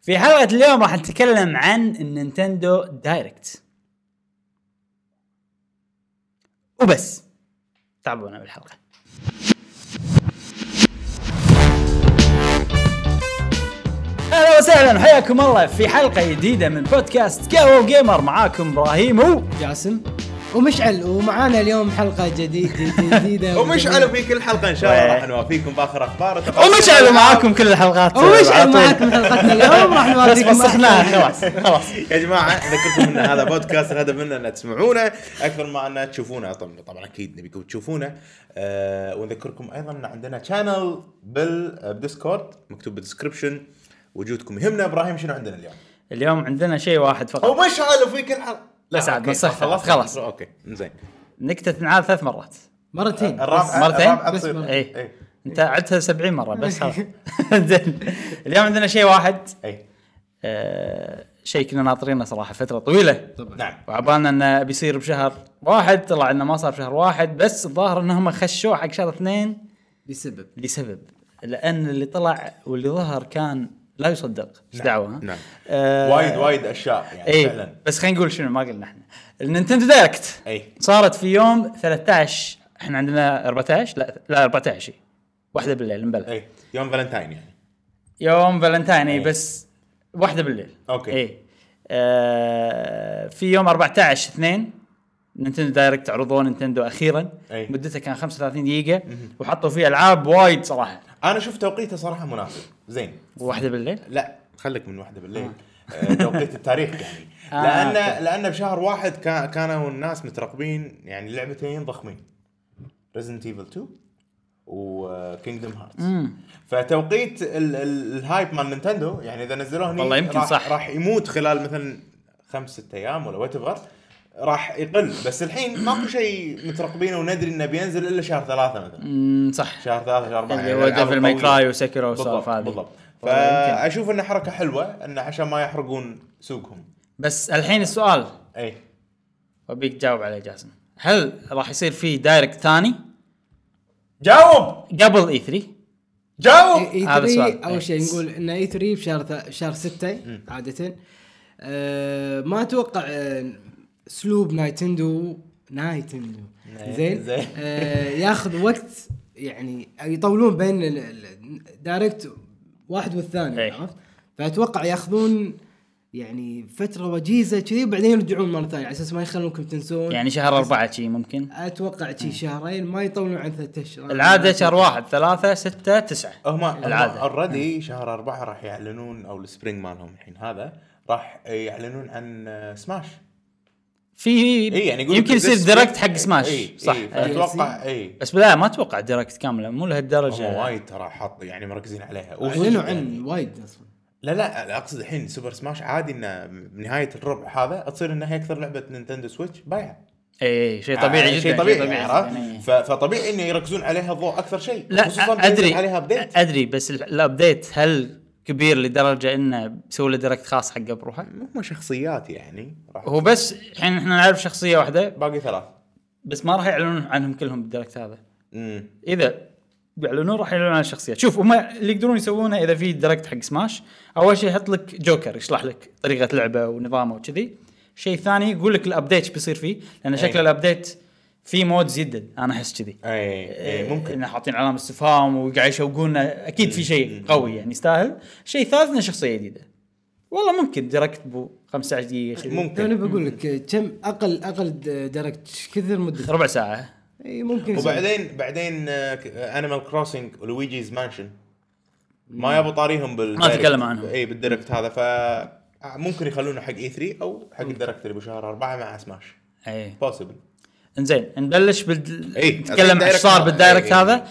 في حلقة اليوم راح نتكلم عن النينتندو دايركت وبس. تابعونا بالحلقة. أهلا وسهلا، حياكم الله في حلقة جديدة من بودكاست قهوة جيمر. معاكم إبراهيم وجاسم ومشعل، ومعانا اليوم حلقة جديدة ومشعل في كل حلقة إن شاء الله راح نوافيكم بآخر أخبار ومشعل معاكم كل الحلقات ومشعل معاكم حلقتنا اليوم راح نوافيكم. صحناها خلاص يا جماعة نذكركم إن هذا بودكاست، الهدف منه أن تسمعونه أكثر ما أن تشوفونه. طبعا أكيد نبيكم تشوفونه. ونذكركم أيضا أن عندنا channel بالديسكورد مكتوب بالديسكريبشن. وجودكم يهمنا. إبراهيم شنو عندنا اليوم؟ اليوم عندنا شيء واحد فقط. ومشعل في كل حلقة. لا سعد بس خلاص. أوكي زين. نكتة نعاد 3 مرات. مرتين. مرتين. إيه. أنت عدتها 70 مرة بس خلاص. زين. اليوم عندنا شيء واحد. شيء كنا ناطرينه صراحة فترة طويلة. نعم. وعبالنا إنه بيصير بشهر 1، طلع إنه ما صار بشهر 1، بس الظاهر إنهم خشوا حق شهر 2 لسبب لأن اللي طلع واللي ظهر كان لا يصدق. ايش دعوه؟ نعم. وايد اشياء يعني أي. فعلا. بس خلينا نقول شنو ما قلنا احنا. النينتندو دايركت صارت في يوم 13. احنا عندنا 14 لا 14 واحدة بالليل مبلغ. يوم فالنتاين يعني. يوم فالنتاين بس واحدة بالليل. اوكي. في يوم 14/2 نينتندو دايركت عرضوا نينتندو اخيرا. مدتها كان 35 دقيقة وحطوا فيه العاب وايد صراحة. انا شفت توقيته صراحه مناسب. زين. واحدة بالليل؟ لا خليك من واحدة بالليل. توقيت التاريخ يعني. لان بشهر 1 كانوا الناس مترقبين يعني لعبتين ضخمين، Resident Evil 2 و Kingdom Hearts. فتوقيت الهايب مال نينتندو يعني اذا نزلوه هني والله يمكن راح يموت خلال مثلا 5-6 ايام ولا whatever، راح يقل. بس الحين ماكو شيء مترقبينه وندري انه بينزل الا شهر 3 مثلا. صح. شهر 3 شهر 4 اللي هو ديفل ماي كراي وسكيرو والسوالف هذه. بالضبط. فاشوف انه حركه حلوه انه عشان ما يحرقون سوقهم. بس الحين السؤال وبيك جاوب عليه جاسم، هل راح يصير في دايركت ثاني؟ جاوب قبل E3. جاوب. هذا السؤال. اول شيء نقول ان E3 بشهر 6 عاده. ما اتوقع اسلوب نايتندو زين. ياخذ وقت يعني يطولون بين الدايركت واحد والثاني. عرفت؟ فاتوقع ياخذون يعني فتره وجيزه كذي وبعدين يرجعون مره ثانيه على اساس ما يخلونكم تنسون. يعني شهر 4 شيء ممكن. اتوقع شيء شهرين، ما يطولون عن 3 أشهر. العاده شهر 1 3 6 9 العاده. اوريدي شهر 4 راح يعلنون او السبرينج مالهم الحين هذا راح يعلنون عن سماش. في يعني يمكن يصير دايركت حق سماش. صح. اتوقع بس لا ما اتوقع دايركت كامله مو لهالدرجه. وايد ترى حط يعني مركزين عليها اعلنوا عن وايد اصلا. لا اقصد الحين سوبر سماش عادي انه بنهايه الربع هذا تصير انها اكثر لعبه نينتندو سويتش بايعه. شيء طبيعي جدا. شيء طبيعي. فطبيعي انه يركزون عليها الضوء اكثر شيء. لا ادري عليها ابديت. ادري بس الابديت هل كبير لدرجه انه بيسوي له دايركت خاص حقه بروحه؟ مو شخصيات يعني هو بس الحين احنا نعرف شخصيه واحده، باقي 3 بس ما راح يعلنون عنهم كلهم بالدايركت هذا. اذا بيعلنون راح يعلنون عن الشخصيات. شوف هم اللي يقدرون يسوونه اذا في دايركت حق سماش، اول شيء يحط لك جوكر يشرح لك طريقه لعبه ونظامه وكذي. شيء ثاني يقول لك الابديت بيصير فيه، لان شكل الابديت في مودز جدد. انا احس كذي ممكن انه حاطين علامه استفهام وقاعد يشوقونا. اكيد في شيء قوي يعني يستاهل. شيء ثالث انه شخصيه جديده. والله ممكن دايركت بو 15 دقيقه ممكن. انا بقول لك كم اقل دايركت كثر مده ربع ساعه. اي ممكن. وبعدين انيمال كروسنج ولويجيز مانشن ما يبوا طاريهم ما تكلم عنهم. بالدايركت هذا، فممكن يخلونه حق E3 او حق الدايركت اللي بشهر 4 مع سماش. بوسيبل. انزين نبلش نتكلم عن صار بالدايركت هذا.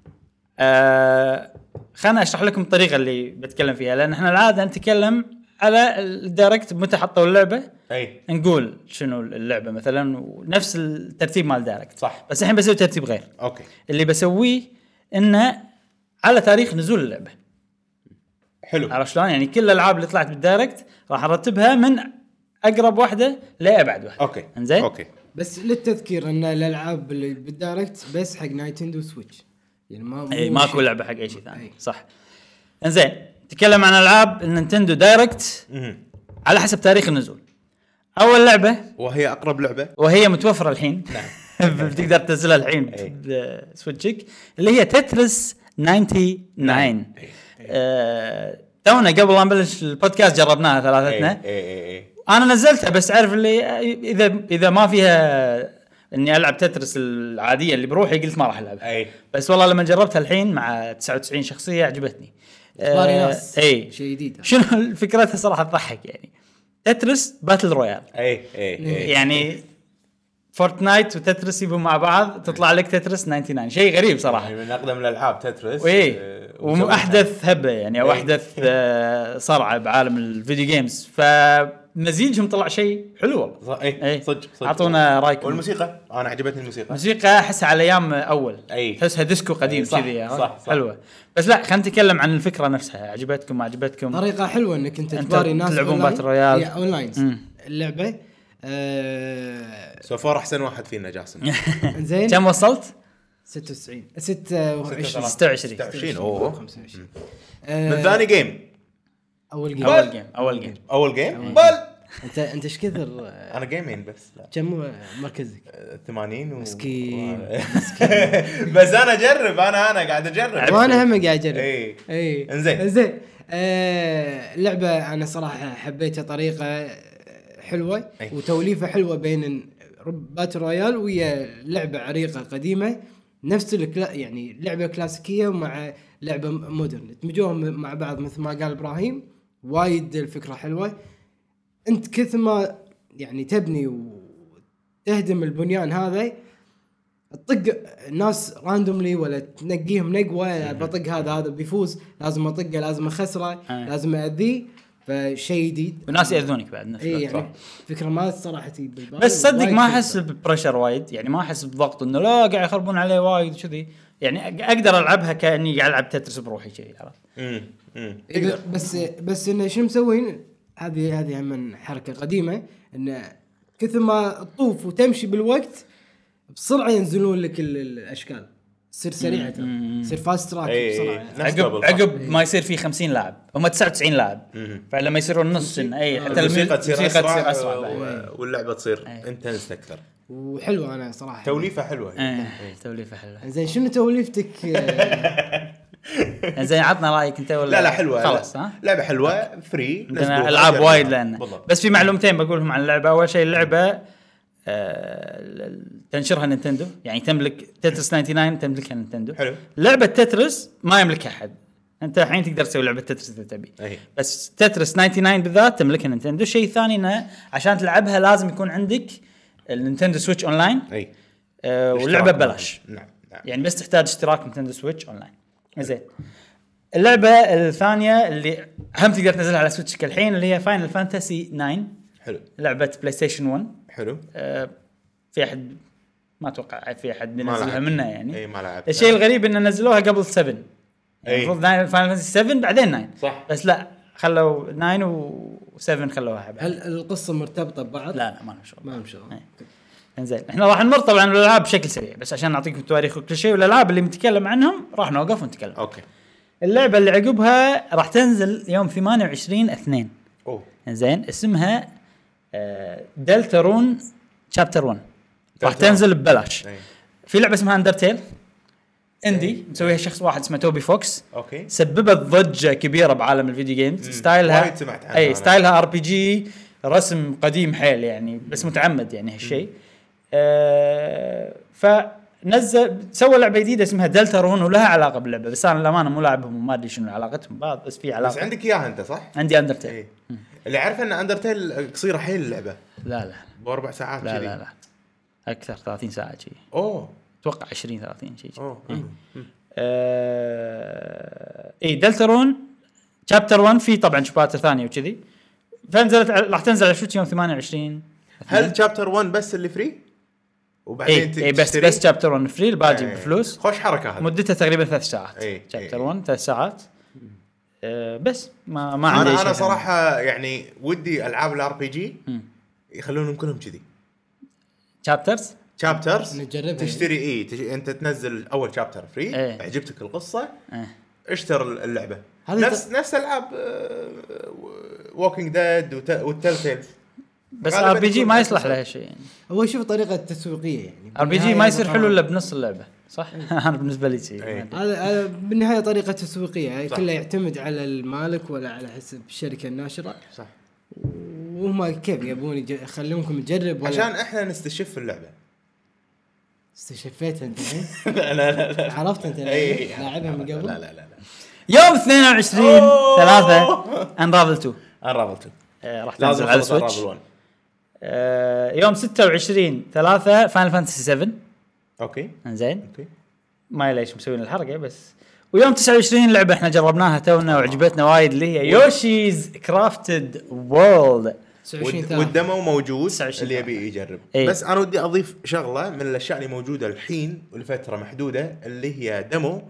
خلنا اشرح لكم الطريقه اللي بتكلم فيها، لان احنا العاده نتكلم على الدايركت متى حطوا اللعبه. نقول شنو اللعبه مثلا ونفس الترتيب مال الدايركت. صح. بس الحين بسوي ترتيب غير. اللي بسويه انه على تاريخ نزول اللعبه. حلو. عرفت شلون؟ يعني كل الالعاب اللي طلعت بالدايركت راح ارتبها من اقرب واحده لابعد واحده. انزين. بس للتذكير ان الالعاب اللي بالدايركت بس حق نايتندو سويتش، يعني ماكو لعبه حق اي شيء ثاني. صح. انزين تكلم عن العاب النينتندو دايركت على حسب تاريخ النزول. اول لعبه وهي اقرب لعبه وهي متوفره الحين بتقدر تنزلها الحين بسويتشك اللي هي تترس 99. تونا قبل لا نبلش البودكاست جربناها ثلاثتنا. انا نزلتها بس عارف اللي اذا ما فيها اني العب تترس العاديه اللي بروحي قلت ما راح العبها. بس والله لما جربتها الحين مع 99 شخصيه عجبتني. ناس شيء جديد. شنو فكرتها صراحه تضحك يعني تترس باتل رويال. يعني فورتنايت وتترس يبون مع بعض تطلع لك تترس 99 شيء غريب صراحه. يعني من اقدم الالعاب تترس واحدث هبه يعني او احدث صرعه بعالم الفيديو جيمز. فمزيجهم طلع شيء حلو والله. صدق اعطونا رايكم. والموسيقى انا عجبتني الموسيقى احسها على ايام اول تحسها ديسكو قديم كذي حلوه. بس لا خلينا نتكلم عن الفكره نفسها. عجبتكم ما عجبتكم؟ طريقه حلوه انك انت تباري ناس تلعبون باتل رويال اونلاين. اللعبه سوفار احسن واحد فينا جاسم. زين كم وصلت؟ 26 اوه 25 من ثاني جيم. اول جيم بل انت ايش كثر؟ انا جيمين بس. كم مركزك؟ 80 مسكين بس انا اجرب. انا قاعد اجرب وانا هم قاعد اجرب. اي انزين. اللعبه انا صراحه حبيتها طريقه حلوه وتوليفه حلوه بين باتل رويال ويا لعبه عريقه قديمه نفس يعني لعبه كلاسيكيه ومع لعبه مودرن تمجوهم مع بعض مثل ما قال ابراهيم. وايد الفكره حلوه. انت كثر ما يعني تبني وتهدم البنيان هذا تطق الناس راندوملي ولا تنقيهم نقوه. بطق هذا بيفوز لازم اطقه لازم اخسره لازم اذيه. فشيء جديد والناس ياذونك بعد نفس الوقت. يعني فكره ما صراحه تجيب بس صدق ما احس ببريشر وايد. يعني ما احس بضغط انه لا قاعد يخربون عليه وايد كذي. يعني اقدر العبها كاني قاعد العب تترس بروحي شيء عرفت. بس انه شو مسوين هذه من حركه قديمه انه كثر ما تطوف وتمشي بالوقت بسرعه ينزلون لك الاشكال. تصير سريعه تصير فاست تراك بسرعه. عقب ما يصير في 50 لاعب هم 99 لاعب. فلما يصيرون نص حتى الموسيقى تصير اسرع واللعبه تصير انتنس اكثر. وحلوه انا صراحه توليفه حلوه. توليفه حلوه. زين شنو توليفتك؟ زين عطنا رايك انت ولا لا حلوه خلاص لعبه حلوه فري. العاب وايد لان بس في معلومتين بقولهم عن اللعبه. اول شيء اللعبه تنشرها نينتندو يعني تملك تترس 99 تملكها نينتندو. حلو. لعبه تترس ما يملكها احد. انت الحين تقدر تسوي لعبه تترس اذا تبي بس تترس 99 بالذات تملكها نينتندو. الشيء الثاني انه عشان تلعبها لازم يكون عندك النينتندو سويتش اونلاين. واللعبه ببلاش. نعم. يعني بس تحتاج اشتراك نينتندو سويتش اونلاين. زين. اللعبه الثانيه اللي هم تقدر تنزلها على سويتشك الحين اللي هي فاينل فانتسي 9. حلو. لعبه بلاي ستيشن 1. حلو. في احد ما اتوقع في احد بينزلها منه يعني. ما لعبت. الشيء الغريب ان نزلوها قبل 7. المفروض فاينل فانتسي 7 بعدين 9 صح. بس لا خلوا 9 و7 خلوها بعد. هل القصه مرتبطه ببعض؟ لا ما لهم شغل. ما لهم شغل. انزين احنا راح نمر طبعا الالعاب بشكل سريع بس عشان نعطيكم تواريخ وكل شيء. والالعاب اللي متكلم عنهم راح نوقف ونتكلم. اوكي. اللعبه اللي عقبها راح تنزل يوم 28/2. انزين اسمها دلتارون شابتر 1 راح تنزل ببلاش. في لعبه اسمها اندرتيل اندي مسويها شخص واحد اسمه توبي فوكس. سببت ضجه كبيره بعالم الفيديو جيمز. ستايلها ستايلها ار بي جي رسم قديم حيل يعني بس متعمد يعني هالشيء. فنزل سوى لعبه جديده اسمها دلتارون ولها علاقه باللعبه بس انا للامانه مو لاعبهم وما ادري شنو علاقتهم ببعض بس في علاقه. بس عندك اياها انت صح؟ عندي اندرتيل. اللي عارف ان اندرتيل قصيره حيل اللعبه. لا ب4 ساعات كذي. لا اكثر 30 ساعه شيء. اتوقع 20-30 شيء. دلتارون شابتر 1 في طبعا شباتر ثانيه وكذي. فنزلت راح تنزل على شوت يوم 28. هل شابتر 1 بس اللي فري وبعدين بس شابتر 1 فري الباقي بفلوس. خوش حركه هذه. مدتها تقريبا 3 ساعات. شابتر 1 3 ساعات. بس ما عندي شيء. انا صراحه يعني ودي العاب الار بي جي يخلونهم كلهم كذي شابترز نجربها. تشتري انت تنزل اول شابتر فري. عجبتك القصه اشتر اللعبه. هذه نفس العاب ووكينج ديد والتلتيل. بس ار بي جي ما يصلح لها شيء يعني. هو شوف طريقه تسويقيه يعني ار بي جي ما يصير حلو الا بنص اللعبه صح. انا بالنسبه لي شيء هذا بالنهايه طريقه تسويقيه يعني كله يعتمد على المالك ولا على حسب الشركه الناشره صح. وهم كيف يبون يخلونكم تجرب عشان احنا نستشف اللعبه. استشفيت انت الحين؟ لا عرفت انت لاعبها من قبل؟ لا يوم 22/3 انرافل 2 راح تنزل على السويتش. يوم 26/3 فاينل فانتسي 7. اوكي انزين ما ليش مسوين الحركه بس. ويوم 29 لعبه احنا جربناها تونا وعجبتنا وايد اللي هي يوشيز كرافتد وورلد. والدمو موجود اللي يبي يجرب. بس انا ودي اضيف شغله من الاشياء اللي موجوده الحين ولفتره محدوده اللي هي دمو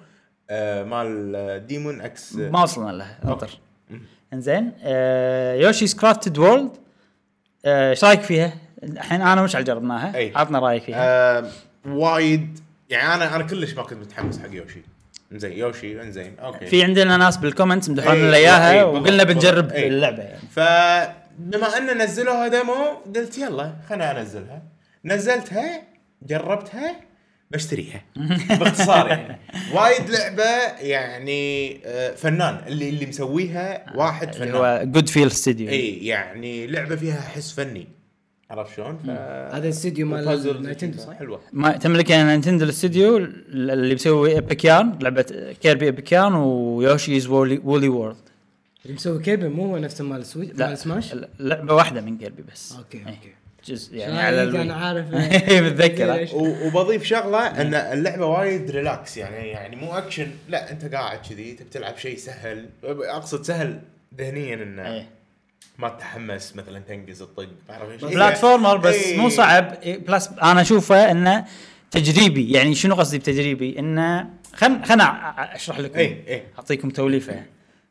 مال ديمون اكس. ما وصلنا لها انطر. انزين يوشيز كرافتد وورلد ايش رايك فيها الحين؟ انا مش جربناها عطنا رايك فيها. وايد يعني انا كلش ما كنت متحمس حق يوشي. انزين يوشي انزين اوكي. في عندنا ناس بالكومنتس مدحون لنا اياها وقلنا بنجرب اللعبه يعني. فبما ان نزلوها ديمو قلت يلا خليني انزلها. نزلتها جربتها بشتريها باختصار يعني. وايد لعبه يعني فنان اللي مسويها واحد فنان هو جود فيل ستوديو. اي يعني لعبه فيها حس فني عرفت شلون. هذا الاستوديو مال نينتندو صح؟ حلوه ما تملك نينتندو الاستوديو اللي مسوي ايبيكيان لعبه كيربي ايبيكيان ويوشيز وولي وورلد. اللي مسوي كيربي مو هو نفس مال سويتش مال سماش؟ لعبه واحده من كيربي بس. اوكي جزء يعني على انا عارف متذكر. وبضيف شغله ان اللعبه وايد ريلاكس يعني مو اكشن. لا انت قاعد كذي تلعب شيء سهل. اقصد سهل ذهنيا انه ما تتحمس مثلا تنقز الطق بعرف ايش بلاتفورمر بس مو صعب. بلس انا اشوفه انه تجريبي. يعني شنو قصدي بتجريبي؟ انه خلنا اشرح لكم اعطيكم توليفه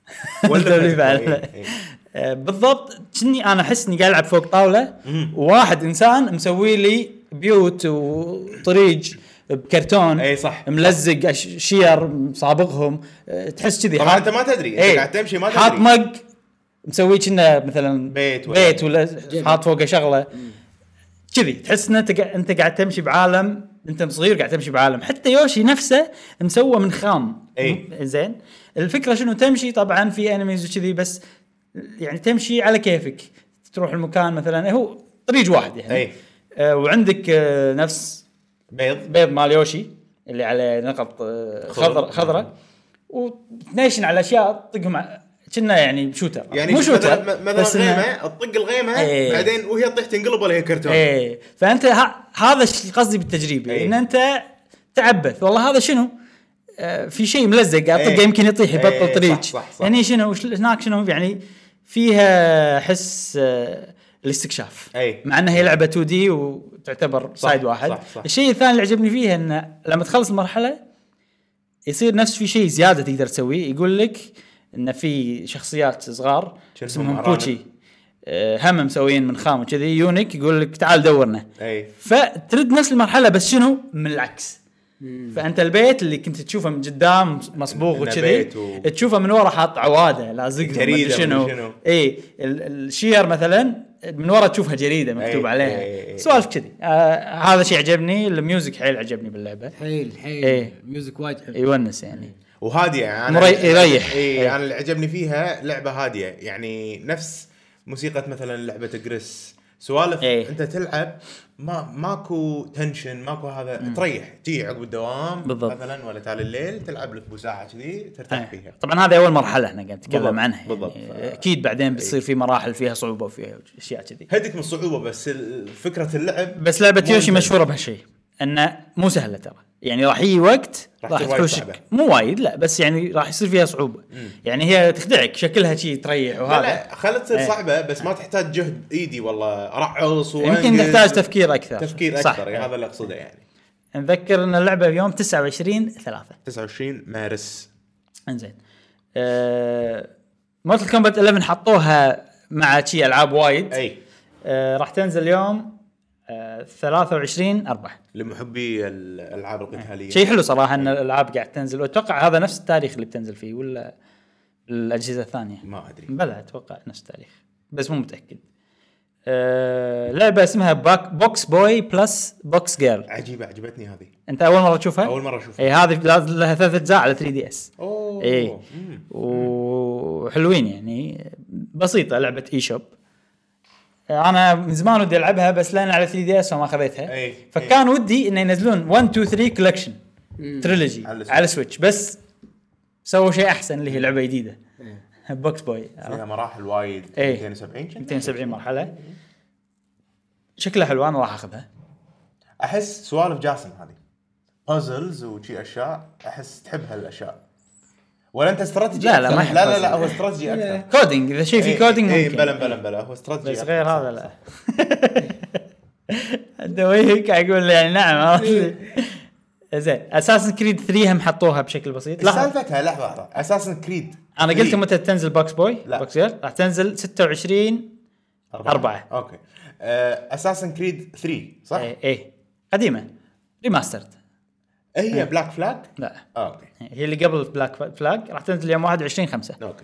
ولا بالضبط. كني انا احس اني قاعد العب فوق طاوله وواحد انسان مسوي لي بيوت وطريق بكرتون اي صح ملزق شير صابغهم. تحس كذي طبعا انت ما تدري انت قاعد تمشي ما تدري. حاط مق مسوي كنا مثلا بيت ولا حاط فوقه شغله كذي. تحس ان انت قاعد تمشي بعالم. انت صغير قاعد تمشي بعالم. حتى يوشي نفسه مسوى من خام. زين الفكره شنو؟ تمشي طبعا في انميز وكذي بس يعني تمشي على كيفك. تروح المكان مثلا هو طريق واحد يعني. وعندك نفس بيض مال يوشي اللي على نقط خضراء وتنيشن على اشياء طقهم كنا يعني شوتر. يعني مو شوتر مثلا غيمه تطق الغيمه بعدين وهي تطيح تنقلب ولا هي كرتون. فانت هذا الشيء قصدي بالتجريبي. ان انت تعبث والله هذا شنو في شيء ملزق اطق يمكن يطيح يبطل طريق. صح. يعني شنو هناك شنو يعني فيها حس الاستكشاف. مع انها هي لعبه 2 دي وتعتبر سايد واحد. صح. الشيء الثاني اللي عجبني فيها انه لما تخلص المرحله يصير نفس في شيء زياده تقدر تسويه. يقول لك ان في شخصيات صغار اسمهم بوتشي هم مسويين من خام وكذي يونيك. يقول لك تعال دورنا. فترد نفس المرحله بس شنو من العكس. فانت البيت اللي كنت تشوفه من قدام مصبوغ وكذي تشوفه من ورا حاط عواده لازق شنو. الشير مثلا من ورا تشوفها جريده مكتوب عليها سوالف كذي. هذا شيء عجبني. الميوزك حيل عجبني باللعبه حيل الميوزك وايد حلو يونس يعني وهاديه. انا يريح. انا اللي عجبني فيها لعبه هاديه يعني نفس موسيقى مثلا لعبه جريس سوالف. انت تلعب ماكو تنشن ماكو هذا. تريح تيجي عقب الدوام بالضبط. مثلا ولا تالي الليل تلعب لك بساعه كذي ترتاح فيها. طبعا هذا اول مرحله احنا قاعد نتكلم عنها بالضبط. يعني اكيد بعدين بتصير في مراحل فيها صعوبه وفيها اشياء كذي. هديك من الصعوبه بس فكره اللعب. بس لعبه يوشي مشهوره بهالشيء انه مو سهله ترى. يعني راح يجي وقت راح تحوشك مو وايد لا بس يعني راح يصير فيها صعوبه. يعني هي تخدعك شكلها شيء تريح وهذا لا خلت تصير صعبه بس ما تحتاج جهد ايدي والله ارعص يمكن تحتاج تفكير اكثر يعني هذا اللي اقصده. يعني نذكر ان اللعبه يوم 29 مارس. انزين مورتال كومبات 11 حطوها مع شي العاب وايد. اي راح تنزل يوم 23/4. لمحبي الالعاب القتاليه شيء حلو صراحه ان الالعاب قاعد تنزل، واتوقع هذا نفس التاريخ اللي بتنزل فيه ولا الاجهزه الثانيه. ما ادري بلا اتوقع نفس التاريخ بس مو متاكد. لعبه اسمها بوكس بوي بلس بوكس جيرل. عجيبه، عجبتني هذه. انت اول مره تشوفها؟ اول مره اشوفها. اي هذه لها 3 اجزاء على 3DS. اوه اي وحلوين يعني، بسيطه لعبه اي شوب. انا من زمان ودي العبها بس لان على 3DS وما اخذتها. فكان ودي انه ينزلون 1 2 3 كولكشن تريلوجي على سويتش، بس سووا شيء احسن اللي هي لعبه جديده بوكس بوي فيها مراحل وايد. 270 مرحله. شكلها حلو، انا راح اخذها. احس سوالف جاسم هذه بازلز وشي اشياء، احس تحب هالاشياء ولا انت استراتيجي؟ لا ما لا هو استراتيجي اكثر. كودينج اذا شيء في كودينج ممكن. بلا هو استراتيجي بس غير هذا لا. الدويك اقول يعني نعم. زين اساسن كريد 3 هم حطوها بشكل بسيط. سالفتها لحظه اساسن كريد انا قلت متى تنزل بوكس بوي بوكس جير؟ راح تنزل 26/4. اوكي. اساسن كريد 3 صح؟ اي قديمه ريماسترد. هي بلاك فلاج؟ لا اوكي هي اللي قبل بلاك فلاج، راح تنزل يوم 21/5. اوكي.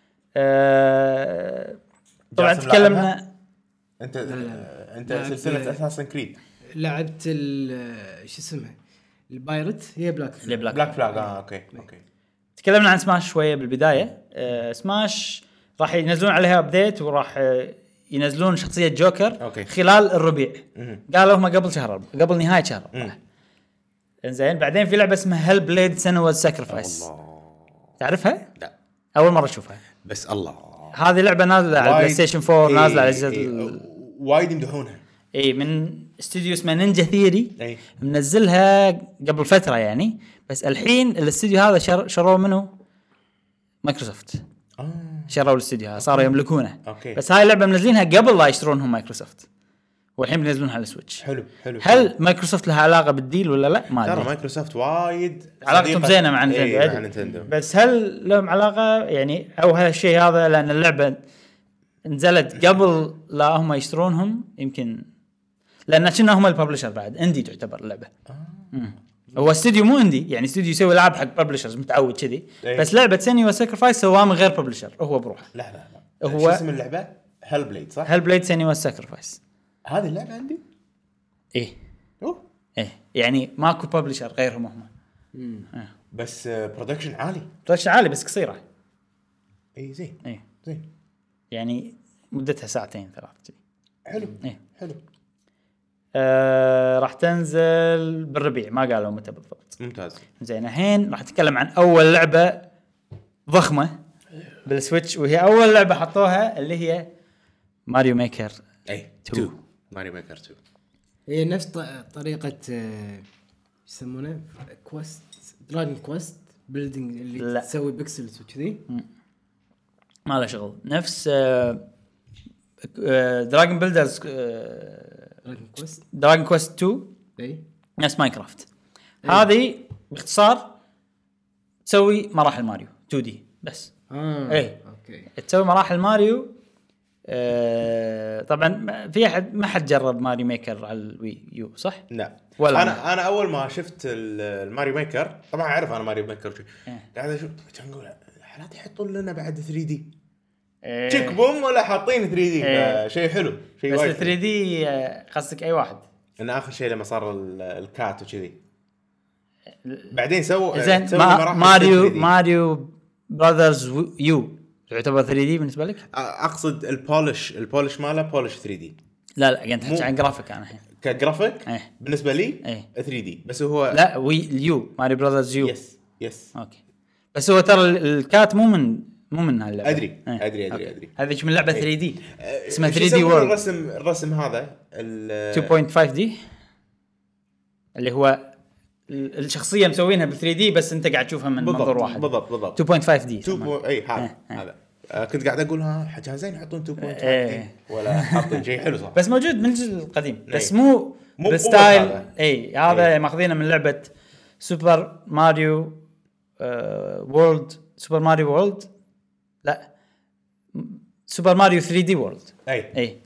طبعا تكلمنا. انت سلسله اساسن كريد لعبت شو اسمها البايرت، هي بلاك فلاج. اوكي. تكلمنا عن سماش شويه بالبدايه. سماش راح ينزلون عليها ابديت، وراح ينزلون شخصيه جوكر خلال الربيع. قالوا هم قبل نهايه شهر 4. انزين بعدين في لعبه اسمها هيل بليد سينوز ساكرفايس. تعرفها؟ لا اول مره اشوفها. بس الله هذه لعبه نازله على البلاي ستيشن 4. نازله على اجهزه وايد يمدحونها. اي من استوديو اسمه نينجا ثيري. منزلها قبل فتره يعني، بس الحين الاستوديو هذا شروه منه مايكروسوفت. شروا الاستوديو هذا، صاروا يملكونه. بس هاي اللعبه منزلينها قبل لا يشترونهم مايكروسوفت، والحين بينزلونها على السويتش. حلو. هل مايكروسوفت لها علاقه بالديل ولا لا؟ ما ادري. ترى مايكروسوفت وايد علاقتهم زينه مع نينتندو. بس هل لهم علاقه يعني، او هالشيء هذا لان اللعبه نزلت قبل لا هم يشترونهم؟ يمكن لان كنا هم الببلشر، بعد اندي تعتبر اللعبه. هو استوديو مو اندي يعني، استوديو يسوي العاب حق ببلشرز متعود كذي. بس لعبه سينيو ساكرفايس سواها من غير ببلشر، هو بروحه. لا هو شو اسم اللعبه؟ هيل بليد صح؟ هيل بليد سينيو ساكرفايس. هذه اللعبه عندي. ايه يعني ماكو ببلشر غيرهم هم. بس برودكشن عالي بس قصيره. زين يعني مدتها 2-3 حلو. حلو. راح تنزل بالربيع، ما قالوا متى بالضبط. ممتاز. زين الحين راح نتكلم عن اول لعبه ضخمه بالسويتش، وهي اول لعبه حطوها اللي هي ماريو ميكر 2. ماريو ميكر 2 هي نفس طريقه يسمونه كويست، دراجون كويست بيلدينج اللي تسوي بيكسلز وكذي. ما له شغل. نفس دراجون بيلدرز، دراجون كويست 2 نفس ماينكرافت. هذه باختصار تسوي مراحل ماريو 2D بس. اوكي. تسوي مراحل ماريو. طبعا في احد ما حد جرب ماريو ميكر على الوي يو صح؟ لا ولا انا اول ما شفت الماريو ميكر، طبعا اعرف انا ماريو ميكر قاعد اشوف كان نقول حالات يحطون لنا بعد 3D تشيك بوم ولا حاطين 3D. شيء حلو، شيء وايد. بس 3D قصدك اي واحد؟ انا اخر شيء لما صار الكات وكذي بعدين زين ماريو براذرز يو تعتبر 3D بالنسبه لك؟ اقصد البولش ماله بولش 3D. لا قاعد تحكي عن جرافيك انا الحين. كجرافيك بالنسبه لي 3D بس هو لا اليو ماريو براذرز يو. يس اوكي. بس هو ترى الكات مو من هاللعبه. ادري هذه من لعبه 3D اسمها 3D وورلد. الرسم هذا 2.5D اللي هو الشخصيه مسوينها ب 3D بس انت قاعد تشوفها من منظور واحد. بالضبط 2.5D هذا كنت قاعد اقولها حاجه زين يحطون 2.5D ولا حاطين شيء حلو صح. بس موجود من الجزء القديم بس مو بالستايل. هذا ماخذينه من لعبه سوبر ماريو وورلد. سوبر ماريو وورلد لا سوبر ماريو 3D وورلد.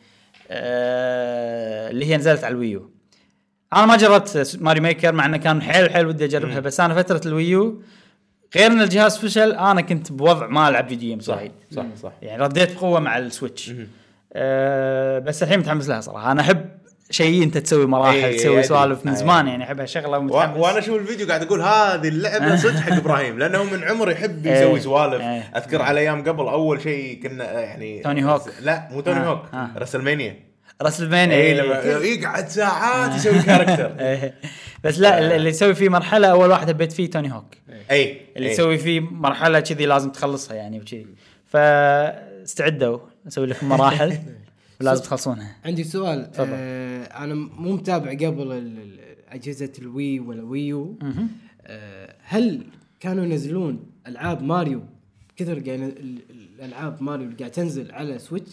اللي هي نزلت على الويو. انا ما جربت ماري ميكر مع انه كان حيل ودي اجربها، بس انا فتره الويو غير ان الجهاز فشل انا كنت بوضع ما العب فيديو جيم صحيح صح يعني رديت بقوه مع السويتش. بس الحين متحمس لها صراحه. انا احب شيء انت تسوي مراحل تسوي سوالف من زمان يعني احبها شغله ومتحمس. وانا اشوف الفيديو قاعد اقول هذه اللعبه صدق حق ابراهيم لانه من عمر يحب يسوي سوالف. اذكر على ايام قبل اول شيء كنا يعني توني هوك. لا مو توني هوك راسلمانيا لما يقعد ساعات يسوي كاركتر. بس لا اللي يسوي فيه مرحله اول واحد حبيت فيه توني هوك. اللي يسوي فيه مرحله كذي لازم تخلصها يعني وكذي. فاستعدوا اسوي لكم مراحل لازم تخلصونها. عندي سؤال. انا مو متابع قبل اجهزه الوي ولا ويو. هل كانوا ينزلون العاب ماريو كثر الالعاب ماريو اللي قاعد تنزل على سويتش؟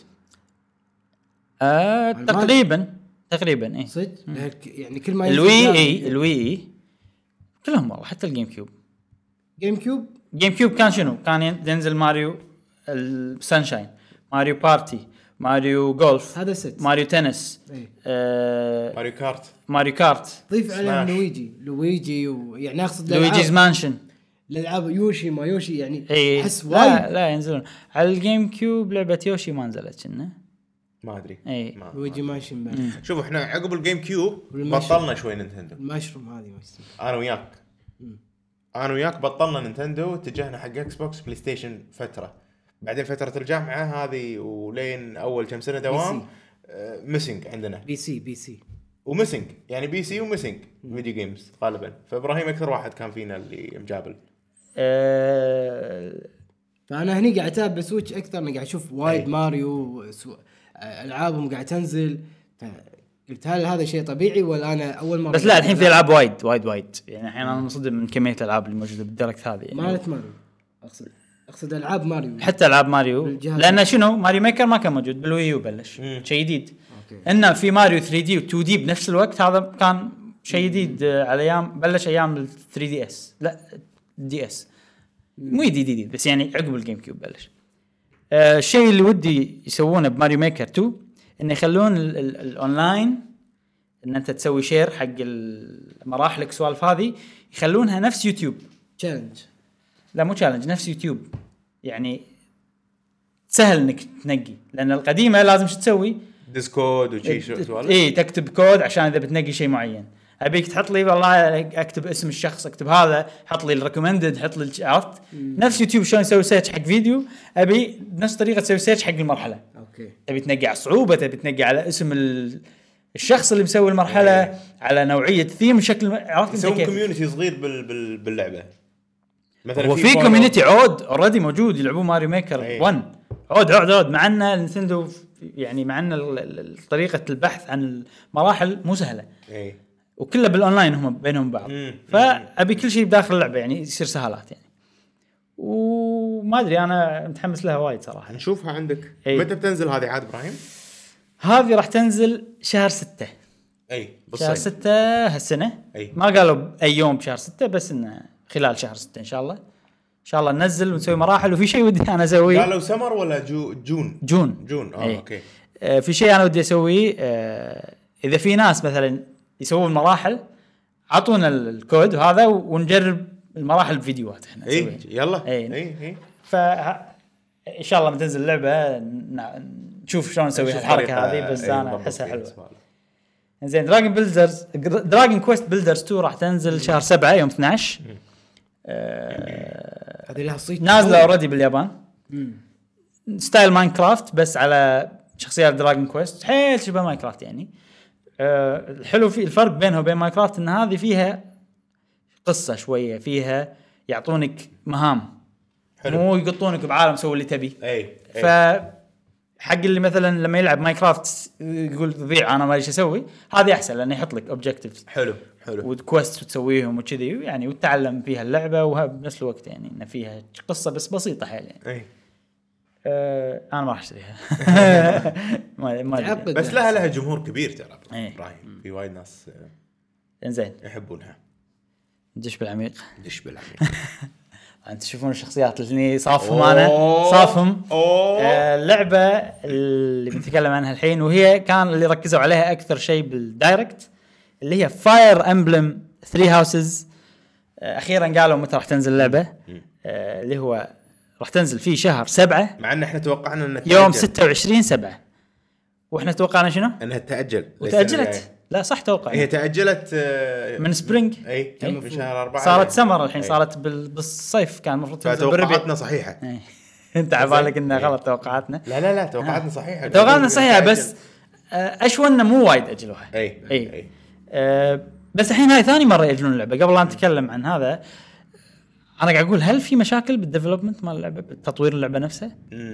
تقريبا اي صدق يعني كل ما الوي كلهم والله حتى الجيم كيوب كان شنو كان ينزل ماريو السانشاين ماريو بارتي ماريو جولف هذا ست ماريو تنس ماريو كارت ضيف عليهم لويجي ويعني اقصد لويجيز مانشن الالعاب يوشي ما يوشي يعني احس لا ينزلون على الجيم كيوب. لعبه يوشي ما نزلت كنا ما ادري لويجي مانشن. شوف احنا عقب الجيم كيوب بطلنا شوي نينتندو. المشروم هذه انا وياك بطلنا نينتندو اتجهنا حق اكس بوكس بلاي ستيشن فتره. بعدين فتره الجامعه هذه ولين اول كم سنه دوام ميسنج عندنا بي سي وميسنج يعني بي سي وميسنج فيديو جيمز غالبا. فابراهيم اكثر واحد كان فينا اللي مجابل. فانا هني قاعد اتابع سويتش اكثر. انا قاعد اشوف وايد ماريو العابهم قاعد تنزل. قلت هل هذا شيء طبيعي ولا انا اول مره؟ بس لا الحين في العاب وايد يعني الحين انا منصدم من كميه الالعاب اللي موجوده بالدرجه هذه يعني. مالت ماريو اقصد العاب ماريو حتى العاب ماريو لان شنو ماريو ميكر ما كان موجود بالويو بلش شيء جديد. انه في ماريو 3 دي و2 دي بنفس الوقت هذا كان شيء جديد على ايام بلش ايام ال 3 دي اس لا دي اس مو جديد بس يعني عقب الجيم كيوب بلش. الشيء اللي ودي يسوونه بماريو ميكر 2 انه يخلون الاونلاين ان انت تسوي شير حق المراحل السوالف هذه يخلونها نفس يوتيوب تشالنج. لا مو تشالنج نفس يوتيوب يعني سهل انك تنقي. لان القديمه لازم شو تسوي ديسكود وشي سوالف تكتب كود عشان اذا بتنقي شيء معين. ابيك تحط لي والله اكتب اسم الشخص اكتب هذا حط لي الريكومندد حط لي عرفت نفس يوتيوب شلون يسوي سيرش حق فيديو. ابي نفس طريقه تسوي سيرش حق المرحله. تبي تنقي على الصعوبه تبي تنقي على اسم الشخص اللي مسوي المرحله على نوعيه ثيم شكل عرفت يسوي كوميونتي صغير باللعبه. مثلا وفي كوميونتي عود اوريدي موجود يلعبون ماريو ميكر 1 عود مع ان نينتندو يعني مع ان طريقه البحث عن المراحل مو سهله وكله بالاونلاين هم بينهم بعض. فابي كل شيء بداخل اللعبه يعني يصير سهالات يعني. وما ادري انا متحمس لها وايد صراحه. نشوفها عندك متى بتنزل هذه عاد ابراهيم؟ هذه راح تنزل شهر 6 شهر 6 هالسنه. ما قالوا اي يوم بشهر 6 بس انه خلال شهر 6 ان شاء الله ننزل ونسوي مراحل. وفي شيء ودي انا اسويه. قالوا سمر ولا جون اوكي. في شيء انا ودي اسويه. اذا في ناس مثلا يسوون مراحل عطونا الكود وهذا ونجرب المراحل بفيديوهات احنا نسويها. يلا ان شاء الله ما تنزل اللعبه نشوف شلون نسوي الحركه هذه. بس انا احسها حلوه. زين دراجون كويست بيلدرز 2 راح تنزل شهر 7 يوم 12. هذه لها صيت نازله اوريدي باليابان. ستايل ماينكرافت بس على شخصيات دراجون كويست حيل شبه ماينكرافت يعني. الحلو في الفرق بينها وبين ماينكرافت ان هذه فيها قصه شويه فيها يعطونك مهام مو يقطونك بعالم سوي اللي تبي. ف حق اللي مثلا لما يلعب ماينكرافت يقول ضيع انا ما ايش اسوي هذه احسن لانه يحط لك اوبجكتيفز حلو وكويست وتسويهم وكذي يعني وتتعلم فيها اللعبه وبنفس الوقت يعني ان فيها قصه بس بسيطه حيل يعني. انا ما راح اشتريها ما بس لها جمهور كبير ترى ابراهيم. في وايد ناس انزين يحبونها. ندش بالعميق انت تشوفون الشخصيات اللي صافهم انا صافهم. اللعبه اللي بنتكلم عنها الحين وهي كان اللي ركزوا عليها اكثر شيء بالدايركت اللي هي فاير امبلم 3 هاوسز. اخيرا قالوا متى راح تنزل اللعبه، اللي هو راح تنزل في شهر 7 مع ان احنا توقعنا انها يوم 26/7 واحنا توقعنا شنو انها تاجل وتاجلت. لا صح توقع هي تاجلت من سبرينج اي من شهر 4 صارت سمر الحين صارت بالصيف كان المفروض تنزل بالربيع. توقعاتنا صحيحه. انت عبالك انها غلط توقعاتنا. لا توقعاتنا صحيحه. توقعاتنا صحيحه بس اشونا مو وايد اجلوها. اي بس الحين هاي ثاني مره ياجلون اللعبه. قبل لا نتكلم عن هذا انا قاعد اقول هل في مشاكل بالديفلوبمنت مال اللعبه بتطوير اللعبه نفسها؟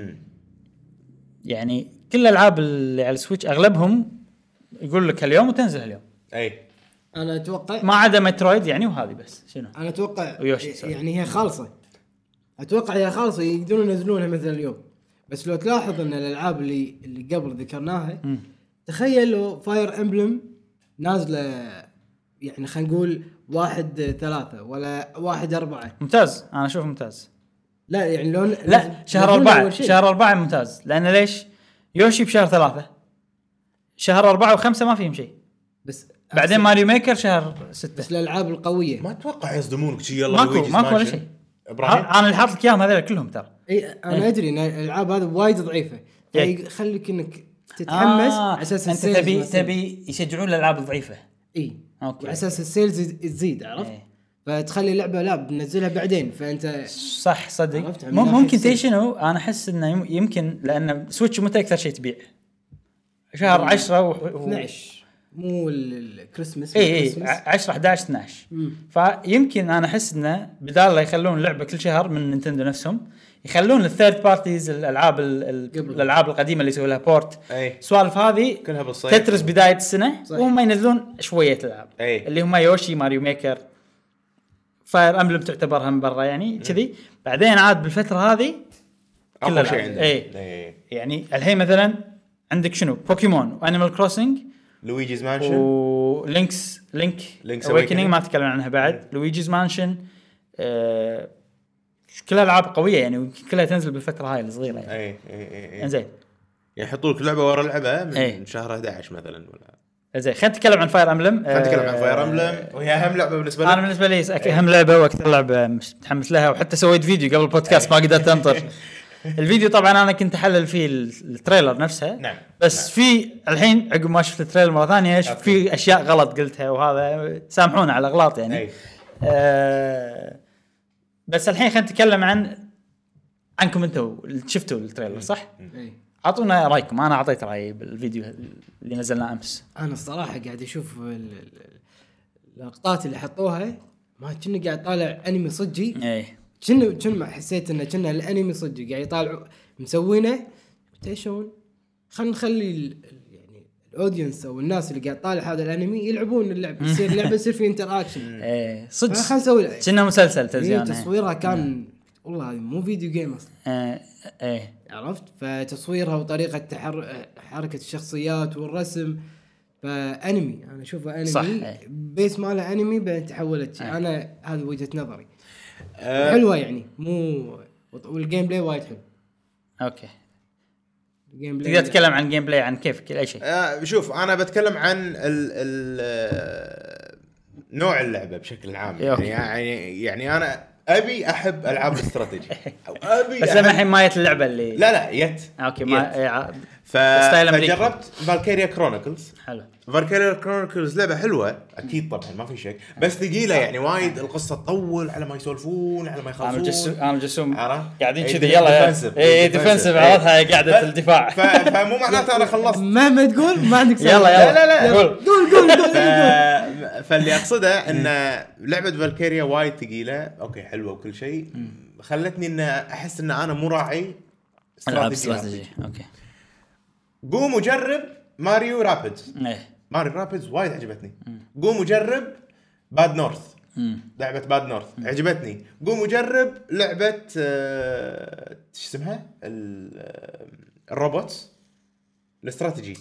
يعني كل الالعاب اللي على السويتش اغلبهم يقول لك اليوم وتنزل اليوم. انا اتوقع ما عدا مترويد يعني وهذه بس شنو انا اتوقع يعني هي خالصه. اتوقع هي خالصه يقدرون ينزلونها مثلا اليوم. بس لو تلاحظ ان الالعاب اللي قبل ذكرناها تخيل لو فاير امبلم نازله يعني خلينا نقول 1/3 ولا 1/4. ممتاز. انا اشوف ممتاز. لا يعني لو لا شهر 4 ممتاز. لان ليش يوشي بشهر 3 شهر 4 و5 ما فيهم شيء. بس بعدين ماريو ميكر شهر 6. بس الالعاب القويه ما اتوقع يصدمونك شيء. يلا ماكو ولا شيء. انا اللي حاطط لك اياهم هذول كلهم ترى. اي انا ادري ان الالعاب هذه وايد ضعيفه يخليك انك تتحمس على اساس انت تبي يشجعون الالعاب الضعيفه. اي اوكي على اساس السيلز تزيد عرفت. فتخلي اللعبه لا بنزلها بعدين فانت صح صدق ممكن تيشنو. انا احس انه يمكن لان سويتش متى اكثر شيء تبيع شهر 10 12 مو الكريسماس. اي 10 11 12 فيمكن انا احس انه بدال لا يخلون اللعبه كل شهر من نينتندو نفسهم يخلون الثيرد بارتيز الالعاب القديمه اللي يسوي لها بورت سوالف هذه كلها بالصيف تترس بدايه السنه وهم ينزلون شويه العاب اللي هم يوشي ماريو ميكر فاير امبلم تعتبرها من برا يعني كذي. بعدين عاد بالفتره هذه كل شيء عندنا. يعني الحين مثلا عندك شنو بوكيمون وانيمال كروسنج لويجيز مانشن ولينكس اويكنينج ما تكلمنا عنها بعد. لويجيز مانشن كلها العاب قويه يعني كلها تنزل بالفتره هاي الصغيره يعني. زين يحطوا لك لعبه ورا لعبه من شهر 11 مثلا ولا زين. خلينا نتكلم عن فاير امبلم. فاير امبلم وهي اهم لعبه بالنسبه لي. انا بالنسبه لي اهم لعبه واكثر لعبه متحمس لها وحتى سويت فيديو قبل البودكاست ما قدرت انطر. الفيديو طبعا انا كنت احلل فيه التريلر نفسها. نعم. بس في الحين عقب ما شفت التريلر مره ثانيه في اشياء غلط قلتها وهذا سامحونا على الاغلاط يعني. بس الحين خلينا نتكلم عنكم انتم شفتوا التريلر صح؟ اعطونا رايكم. انا اعطيت رايي بالفيديو اللي نزلناه امس. انا الصراحه قاعد اشوف اللقطات اللي حطوها ما كنا قاعد طالع انمي صجي. كنا حسيت انه كنا الانمي صجي قاعد يطالعوا مسوينه شلون خلينا نخلي يعني الاودينس او الناس اللي قاعد طالع هذا الانمي يلعبون اللعبه يصير اللعبه يصير في انتراكشن. صدق خلينا نسوي كنا مسلسل تلفزيوني. تصويرها كان والله مو فيديو جيم اصلا. عرفت. فتصويرها وطريقه حركه الشخصيات والرسم فانمي. انا اشوفه انمي صح. بيس ماله انمي بعدين تحولت. انا هذه وجهه نظري. حلوه يعني مو والجيم بلاي وايد حلو. اوكي تقدر تتكلم عن جيم بلاي عن كيف كل اي شيء. شوف انا بتكلم عن نوع اللعبه بشكل عام. يعني انا ابي احب العاب الاستراتيجي او ابي بس انا الحين ما جت اللعبه اللي لا يت اوكي ما فجربت فالكيريا كرونيكلز. حلو. فالكيريا كرونيكلز لعبه حلوه اكيد طبعا ما في شك بس ثقيله يعني وايد القصه تطول على ما يسولفون على ما يخلصون. انا جسوم قاعدين كذي يلا ديفنسف عرضها قاعده الدفاع. فمو معناته انا خلصت ما تقول ما عندك يلا لا قول فاللي اقصده ان لعبه فالكيريا وايد ثقيله اوكي حلوه وكل شيء خلتني ان احس ان انا مو راعي استراتيجي. اوكي قوم وجرب ماريو رابيدز. ماريو رابيدز وايد عجبتني. قوم وجرب باد نورث. لعبه باد نورث عجبتني. قوم وجرب لعبه ايش اسمها الروبوتس الاستراتيجي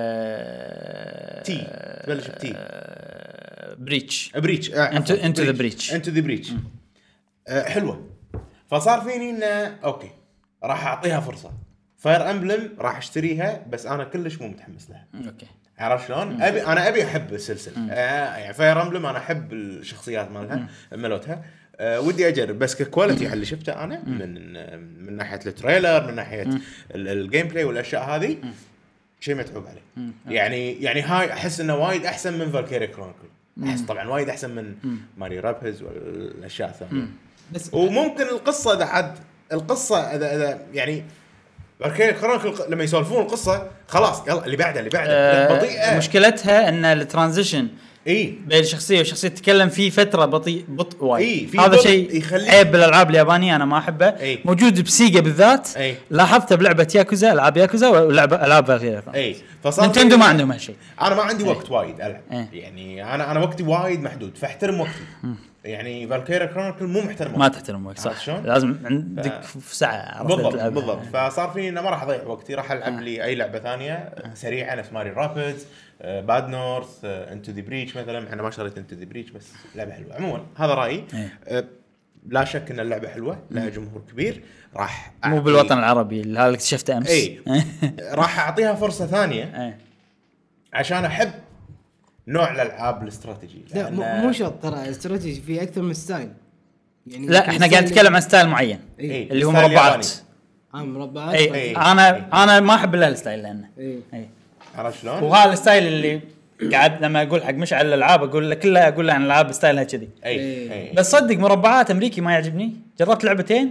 تي تبلش بتي بريتش انتو ذا بريتش حلوه فصار فيني انه اوكي راح اعطيها فرصه. فاير امبلم راح اشتريها بس انا كلش مو متحمس لها. اوكي عرفت شلون؟ ابي احب السلسله. يعني فاير امبلم انا احب الشخصيات مالها ملوتها. ودي اجرب بس ككواليتي اللي شفته انا من ناحيه التريلر من ناحيه الجيم بلاي والاشياء هذه شيء متعوب عليه. يعني هاي احس انه وايد احسن من فالكيري كرونيكل. احس طبعا وايد احسن من ماري رابيز والاشياء الثانيه. بس وممكن القصه اذا حد القصه اذا يعني فالكيري كرونيكل لما يسولفون القصه خلاص يلا اللي بعده بطيئه. مشكلتها ان الترانزيشن اي بين الشخصيه وشخصيه تتكلم فيه فتره بطء وايد. في هذا بطء شيء يخليك- عيب بالالعاب اليابانيه انا ما احبه. موجود بسيجا بالذات. لاحظته بلعبه ياكوزا العاب ياكوزا ولعبه العاب فالكيري. فصار نينتندو ما عندهم هالشيء. انا ما عندي وقت وايد العب. يعني انا وقتي وايد محدود فاحترم وقتي. يعني فالكيري كرونيكل مو محترم وقتي. ما تحترم وقت صح. لازم عندك ساعه بالضبط. فصار فيني انه ما راح اضيع وقتي راح العب لي اي لعبه ثانيه سريعه نفس ماري رابيدز باد نورث انتو ذا بريتش مثلا. انا ما شريت انتو ذا بريتش بس لعبه حلوه. عموما هذا رايي. لا شك ان اللعبه حلوه لها جمهور كبير. راح مو بالوطن العربي هذا اللي اكتشفته امس. راح اعطيها فرصه ثانيه عشان احب نوع الالعاب الاستراتيجي. لا مو شرط ترى استراتيجي في اكثر من ستايل. يعني لا احنا قاعد نتكلم عن ستايل معين اللي هو مربعات. مربعات. انا ما احب الا الستايل لانه عرفت شلون؟ وهذا الستايل اللي قاعد لما اقول حق مشعل الالعاب اقول له كلها اقول له عن الالعاب ستايلها كذي. بس صدق مربعات امريكي ما يعجبني. جربت لعبتين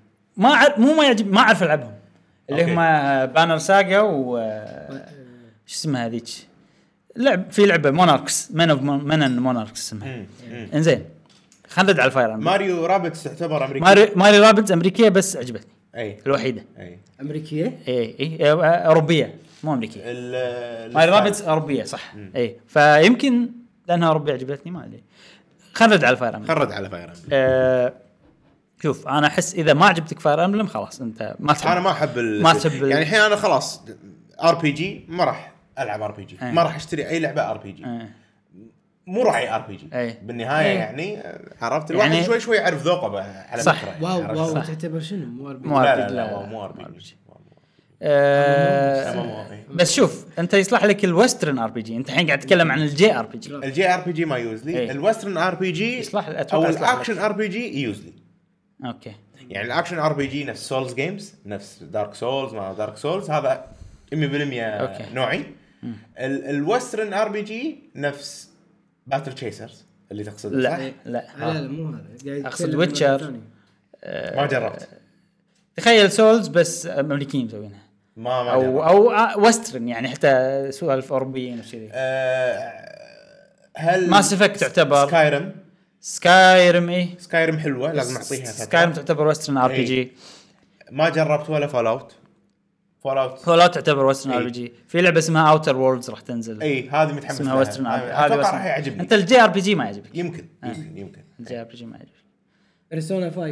ما اعرف العبهم اللي هم بانر ساغا و شو اسمها هذيك في لعبه موناركس من موناركس اسمها. انزين خلينا نرد على الفاير. ماريو رابيدز تعتبر امريكيه. ماريو رابيدز امريكيه بس عجبتني. الوحيده امريكيه اوروبيه مو امريكيه. ماريو رابيدز اوروبيه صح. فيمكن لانها اوروبيه عجبتني ما ادري. خلينا نرد على فاير امبلم. شوف انا احس اذا ما عجبتك فاير امبلم خلاص انت ما تحب. انا ما احب يعني الحين انا خلاص ار بي جي ما راح العب ار بي جي. ما راح اشتري اي لعبه ار بي جي. مو راعي ار بي جي بالنهايه. يعني عرفت الواحد يعني شوي يعرف ذوقه على فكره. واو تعتبر شنو مو ار بي جي؟ لا مو ار بي جي. بس شوف انت يصلح لك الويسترن ار بي جي. انت الحين قاعد تتكلم عن الجي ار بي جي. الجي ار بي جي ما يوزلي. الويسترن ار بي جي يصلح او الاكشن ار بي جي يوزلي. اوكي يعني الاكشن ار بي جي نفس سولز جيمز نفس دارك سولز ما دارك سولز هذا 100% نوعي. الويسترن ار بي جي نفس باتل تشيسرز اللي تقصد. لا مو هذا اقصد ويتشر. ما جربت. تخيل سولز بس امريكيين مسوينها ما او ويسترن يعني حتى سوالف اوروبيين وكذي. هل ماس افكت تعتبر سكايرم سكايرم حلوه لازم اعطيها فتره. سكايرم تعتبر ويسترن ار بي جي. ما جربت ولا فول اوت تعتبر ويسترن ار بي جي. في لعبه اسمها اوتر ووردز راح تنزل. هذه متحمس اسمها ويسترن هذه راح يعجبني. انت الجي ار بي جي ما يعجبك. يمكن الجي ار بي جي ما يعجبك. بيرسونا 5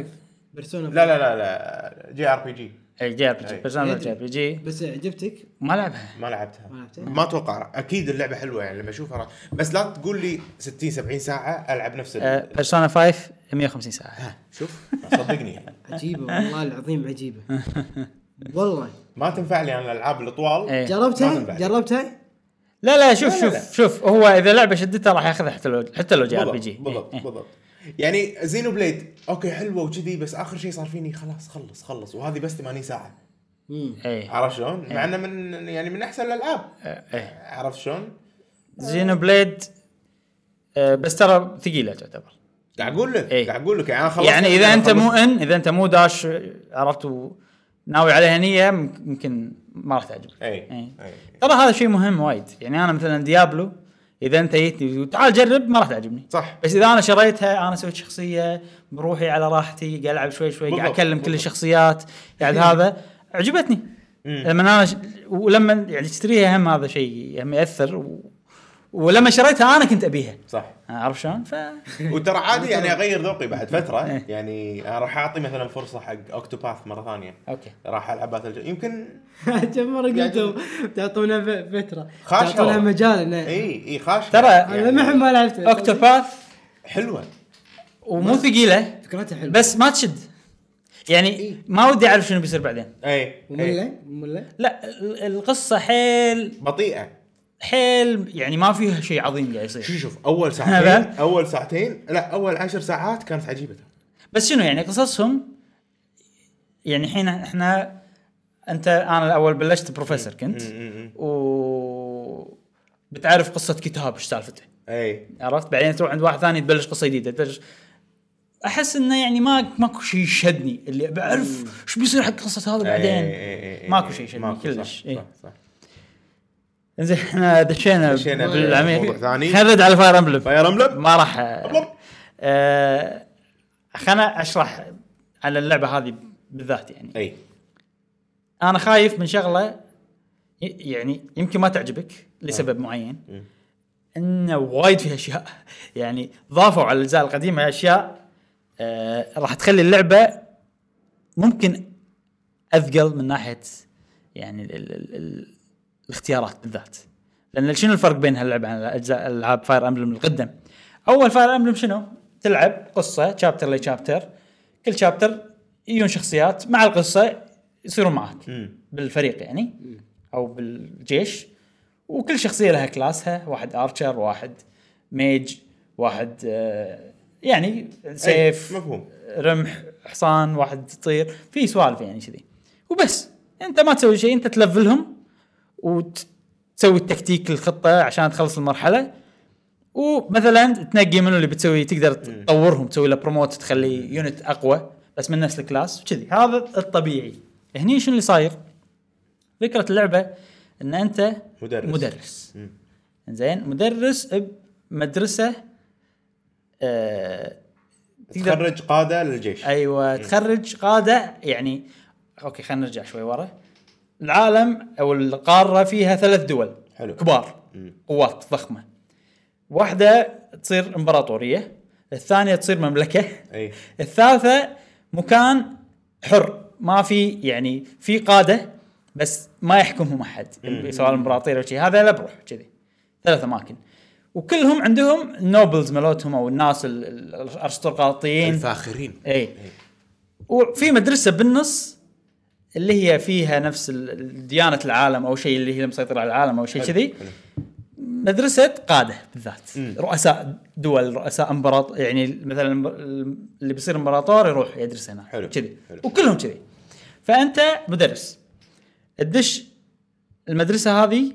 لا جي ار بي جي. جي ار بي جي بيرسونا جي ار بي جي. بس عجبتك؟ ما لعبتها ما اتوقع. اكيد اللعبه حلوه يعني لما اشوفها. بس لا تقول لي 60-70 ساعه العب نفس بيرسونا 5 150 ساعه. شوف صدقني عجيبه والله العظيم عجيبه والله. ما تنفع لي انا الالعاب الاطوال. جربتها لا شوف هو اذا لعبه شدتها راح ياخذها حتى لو جي ار بي جي. بالضبط. يعني زينو بليد اوكي حلوه وكذي بس اخر شيء صار فيني خلاص خلص وهذه بس 80 ساعه. عرفت شلون؟ مع انه من احسن الالعاب. عرفت شلون؟ زينو بليد بس ترى ثقيله تعتبر. قاعد اقول لك يعني خلص. يعني اذا انت مو داش عرفت ناوي عليها نيه ممكن ما راح تعجبك. ترى هذا شيء مهم وايد. يعني انا مثلا ديابلو اذا انت جيتني وتعال جرب ما راح تعجبني صح. بس اذا انا شريتها انا سويت شخصيه بروحي على راحتي قاعد العب شوي قاعد اكلم كل الشخصيات قاعد هذا عجبتني. لما انا ولما يعني تشتريها هم هذا شيء هم ياثر ولما شريتها انا كنت ابيها صح. عارف شلون وترى عادي يعني اغير ذوقي بعد فتره. يعني انا راح اعطي مثلا فرصه حق اوكتوباث مره ثانيه. اوكي راح العب يمكن كم مره قلتوا تعطونا فتره تعطونا مجال. اي خاش ترى انا ما لعبت اوكتوباث حلوه ومو ثقيله فكرتها حلوه بس ما تشد. يعني ما ودي اعرف شنو بيصير بعدين. اي مملة لا القصه حيل بطيئه حيل، يعني ما فيها شيء عظيم قاعد يصير. شوف اول ساعتين لا اول 10 ساعات كانت عجيبه. بس شنو يعني قصصهم؟ يعني الحين احنا انا الاول بلشت بروفيسور كنت بتعرف قصه كتاب ايش سالفته، اي عرفت؟ بعدين تروح عند واحد ثاني تبلش قصه جديده تبلش. احس انه يعني ماكو شيء يشدني اللي بعرف ايش بيصير حق قصه هذا بعدين. ماكو شيء يشدني كلش. صح. زين احنا دشينا بالعميق. خلد على فاير امبلم ما راح خلنا اشرح على اللعبه هذه بالذات. يعني اي انا خايف من شغله يعني يمكن ما تعجبك لسبب معين، انه وايد فيها اشياء يعني ضافوا على الاجزاء القديمه اشياء راح تخلي اللعبه ممكن اثقل من ناحيه يعني الاختيارات بالذات. لان شنو الفرق بين هاللعبه عن اجزاء العاب فاير امبلم القدم؟ اول فاير امبلم شنو؟ تلعب قصه شابتر لي شابتر، كل شابتر يجون شخصيات مع القصه يصيرون معك بالفريق يعني او بالجيش، وكل شخصيه لها كلاسها، واحد ارشر، واحد ميج، واحد يعني سيف، مفهوم، رمح، حصان، واحد تطير، في سوالف يعني كذي وبس. انت ما تسوي شيء، انت تلفلهم وتسوي التكتيك الخطه عشان تخلص المرحله، ومثلا تنقي منو اللي بتسوي، تقدر تطورهم، تسوي له بروموت، تخلي يونت اقوى بس من نفس الكلاس وكذي. هذا الطبيعي. هني شنو اللي صاير؟ فكره اللعبه ان انت مدرس. زين، مدرس بمدرسه تخرج قاده للجيش. ايوه تخرج قاده. يعني اوكي خلينا نرجع شوي ورا. العالم او القاره فيها 3 دول حلو. كبار، قوات ضخمه. واحده تصير امبراطوريه، الثانيه تصير مملكه، أي. الثالثه مكان حر ما في، يعني في قاده بس ما يحكمهم احد، سواء الامبراطوريه او شيء، هذا لا بروح كذي. 3 اماكن وكلهم عندهم النوبلز مالتهم او الناس الارستقراطيين الفاخرين. اي. وفي مدرسه بالنص اللي هي فيها نفس ديانه العالم او شيء، اللي هي مسيطره على العالم او شيء كذي. مدرسه قاده بالذات، رؤساء دول، رؤساء امبراطور، يعني مثلا اللي بيصير امبراطور يروح يدرس هنا كذي، وكلهم كذي. فانت مدرس تدش المدرسه هذه،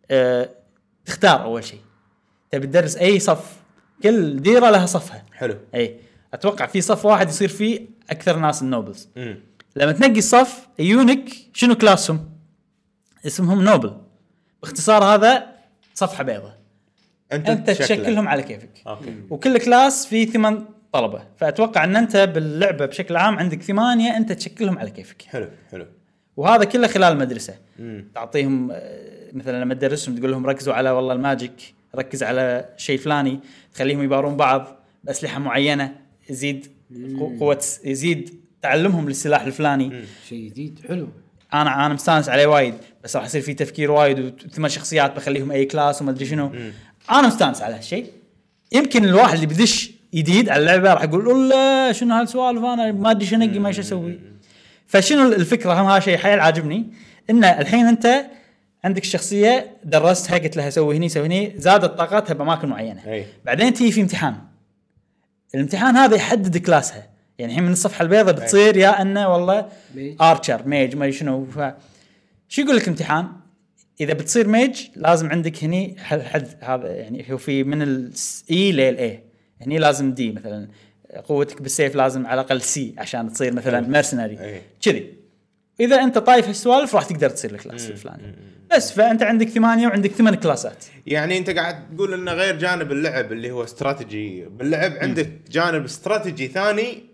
تختار اول شيء تبي تدرس اي صف، كل ديره لها صفها. حلو. اي اتوقع في صف واحد يصير فيه اكثر ناس النوبلز. لما تنقي الصف يونك شنو كلاسهم؟ اسمهم نوبل، باختصار هذا صفحه بيضاء انت تشكلهم على كيفك. أوكي. وكل كلاس فيه 8 طلبه، فاتوقع ان انت باللعبه بشكل عام عندك 8 انت تشكلهم على كيفك. حلو حلو. وهذا كله خلال المدرسه. تعطيهم مثلا لما تدرسهم تقول لهم ركزوا على والله الماجيك، ركز على شيء فلاني، تخليهم يبارون بعض باسلحه معينه، يزيد قوه، يزيد تعلمهم للسلاح الفلاني. شيء جديد حلو. انا مستانس عليه وايد، بس راح يصير في تفكير وايد، و8 شخصيات بخليهم اي كلاس وما ادري شنو. انا مستانس على هالشيء. يمكن الواحد اللي بدش جديد على اللعبه راح يقول والله شنو هالسوالف، انا ما ادري شنو انقي، ما ايش اسوي. فشنو الفكره؟ هم هذا شيء حيل عاجبني، ان الحين انت عندك الشخصيه درستها، قلت لها سوي هني سوي هني، زادت طاقتها باماكن معينه. بعدين تيجي في امتحان، الامتحان هذا يحدد كلاسها. يعني الحين من الصفحه البيضاء بتصير يا انه والله ارشر، ميج، ما شنو. شو يقول لك الامتحان؟ اذا بتصير ميج لازم عندك هني حد هذا، يعني هو في من الاي للاي، هني لازم دي مثلا، قوتك بالسيف لازم على الاقل سي عشان تصير مثلا مرسنري كذي. اذا انت طايف هالسوالف راح تقدر تصير الكلاس الفلاني. بس فانت عندك 8 وعندك 8 كلاسات. يعني انت قاعد تقول انه غير جانب اللعب اللي هو استراتيجي باللعب، عندك جانب استراتيجي ثاني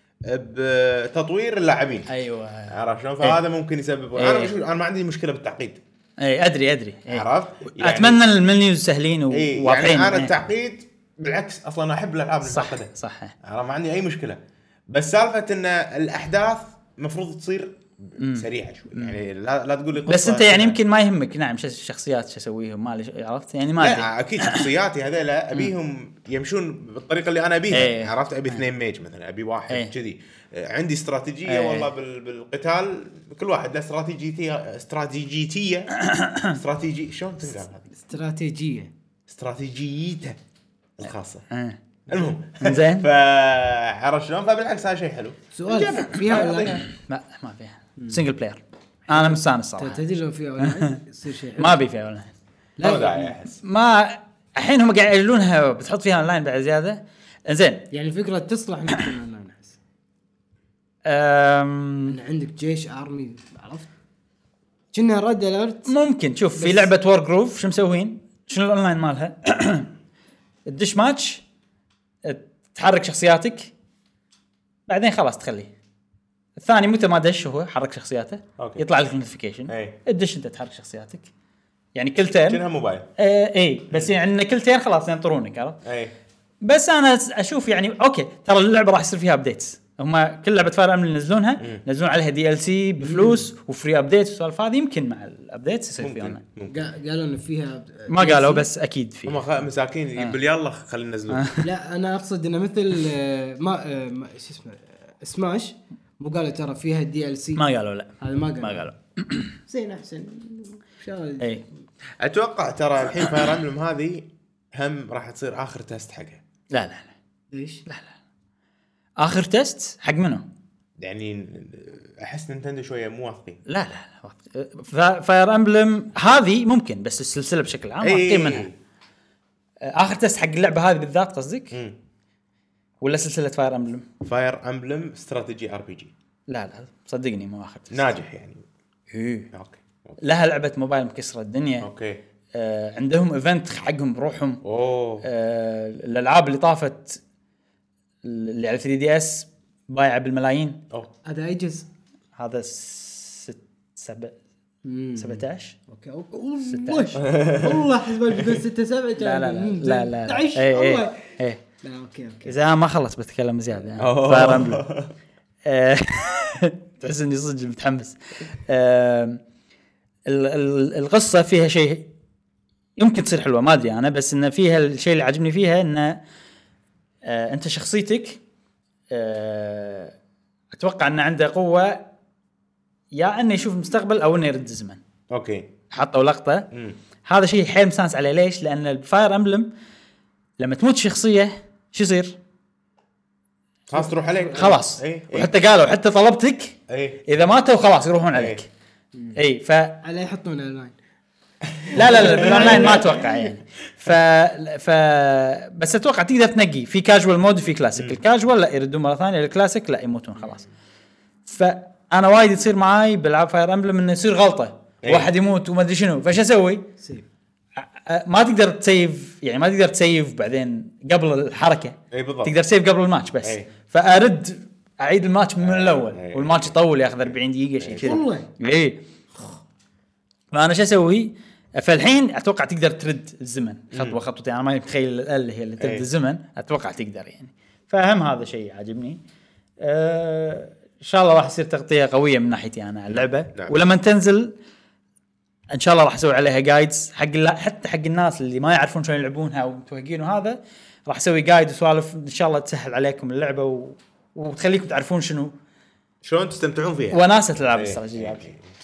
بتطوير اللاعبين. ايوه عرفت شلون؟ فهذا ممكن يسبب. انا ما عندي مشكله بالتعقيد. اي ادري. عرفت يعني اتمنى المنيوز سهلين وواضحين. يعني انا التعقيد بالعكس، اصلا احب الالعاب المعقده. صح. انا ما عندي اي مشكله، بس سالفه ان الاحداث مفروض تصير سريعه شوي يعني لا تقول لي بس انت يعني يمكن ما يهمك نعم الشخصيات شو اسويهم ما عرفت يعني ما لا اكيد شخصياتي هذول ابيهم يمشون بالطريقه اللي انا ابيها عرفت ابي 2 ميج مثلا ابي واحد كذي عندي استراتيجيه والله بالقتال كل واحد له استراتيجيه شلون تنقال هذه استراتيجيته الخاصه المهم زين فعرفت شلون فبالعكس هذا شيء حلو سؤال فيها ولا ما فيها سنجل بلاير انا مستانس صراحه تدري لو فيها ولا يصير شيء ما ابي فيها ولا لا داعي احس ما الحين هم قاعد يقولونها بتحط فيها اونلاين بعد زياده زين يعني الفكره تصلح انك تكون اونلاين احس ان عندك جيش ارمي عرفت كنا رد الارت ممكن شوف في لعبه وور جروف شو مسوين شنو الاونلاين مالها الدش ماتش تحرك شخصياتك بعدين خلاص تخليه الثاني متى ما دش هو حرك شخصياته أوكي. يطلع لك نوتيفيكيشن الدش انت تحرك شخصياتك يعني كلتين كأنها موبايل اي بس يعني كلتين خلاص ينطرونك عرفت اي بس انا اشوف يعني اوكي ترى اللعبه راح يصير فيها ابديتس هم كل لعبه فاير امبلم ينزلونها ينزلون عليها دي ال سي بفلوس وفري ابديتس والسوالف هذه يمكن مع الابديتس يصير فيها قالوا انه فيها ما قالوا بس اكيد في هم مساكين يقول يلا خلينا ننزلون لا انا اقصد انه مثل ما شو اسمه سماش مو قالوا ترى فيها دي ال سي ما قالوا لا هذا ما قالوا زين احسن اي اتوقع ترى الحين فاير امبلم هذه هم راح تصير اخر تيست حقها لا ليش لا اخر تيست حق منو يعني احس نينتندو شويه مو واثقين لا فاير امبلم هذه ممكن بس السلسله بشكل عام واثقين منها اخر تيست حق اللعبه هذه بالذات قصدك ولا سلسله فاير امبلم استراتيجي ار بي جي لا صدقني مو اخر تيست ناجح يعني اوكي لها لعبه موبايل مكسره الدنيا اوكي عندهم ايفنت حقهم بروحهم الالعاب اللي طافت اللي على 3 دي اس بايعه بالملايين هذا اي جزء هذا 17 اوكي والله حسب 6 7 لا تعيش والله لا اوكي اذا ما خلص بتكلم زياده يعني فاير امبلم تحس اني صدق متحمس القصه فيها شيء يمكن تصير حلوه ما ادري انا بس ان فيها الشيء اللي عجبني فيها ان انت شخصيتك اتوقع ان عنده قوه يا انه يشوف المستقبل او انه يرد الزمن اوكي حطوا لقطه هذا شيء حيل مستانس عليه ليش لان الفاير امبلم لما تموت شخصيه شو يصير خلاص تروح عليك خلاص وحتى قالوا حتى طلبتك اذا ماتوا خلاص يروحون عليك على يحطون اونلاين لا بالاونلاين ما اتوقع يعني بس اتوقع تقدر تنقي في كاجوال مود وفي كلاسيك الكاجوال لا يردون مره ثانيه الكلاسيك لا يموتون خلاص فانا وايد تصير معاي بالعاب فاير امبلم انه يصير غلطه واحد يموت وما ادري شنو فش اسوي ما تقدر تسيف يعني ما تقدر تسيف بعدين قبل الحركه تقدر تسيف قبل الماتش بس فارد اعيد الماتش من الاول والماتش يطول ياخذ 40 دقيقه شيء كذا والله فانا شو اسوي فالحين اتوقع تقدر ترد الزمن خطوه خطوتين انا ما متخيل ال هي اللي ترد الزمن اتوقع تقدر يعني فهم هذا شيء عاجبني ان شاء الله راح يصير تغطيه قويه من ناحيتي انا على اللعبه ولما تنزل ان شاء الله راح اسوي عليها جايدز حتى حق الناس اللي ما يعرفون شلون يلعبونها او متوهقين وهذا راح اسوي جايد وسوالف ان شاء الله تسهل عليكم اللعبه وتخليكم تعرفون شلون تستمتعون فيها وناسه العاب الاستراتيجيه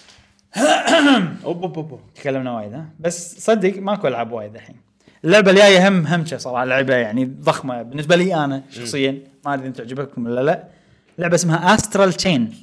تكلمنا وايد بس صدق ماكو العاب وايد الحين اللعبه الجايه همشه صراحه لعبه يعني ضخمه بالنسبه لي انا شخصيا ما ادري انتم تعجبكم ولا لا لعبه اسمها استرال تشين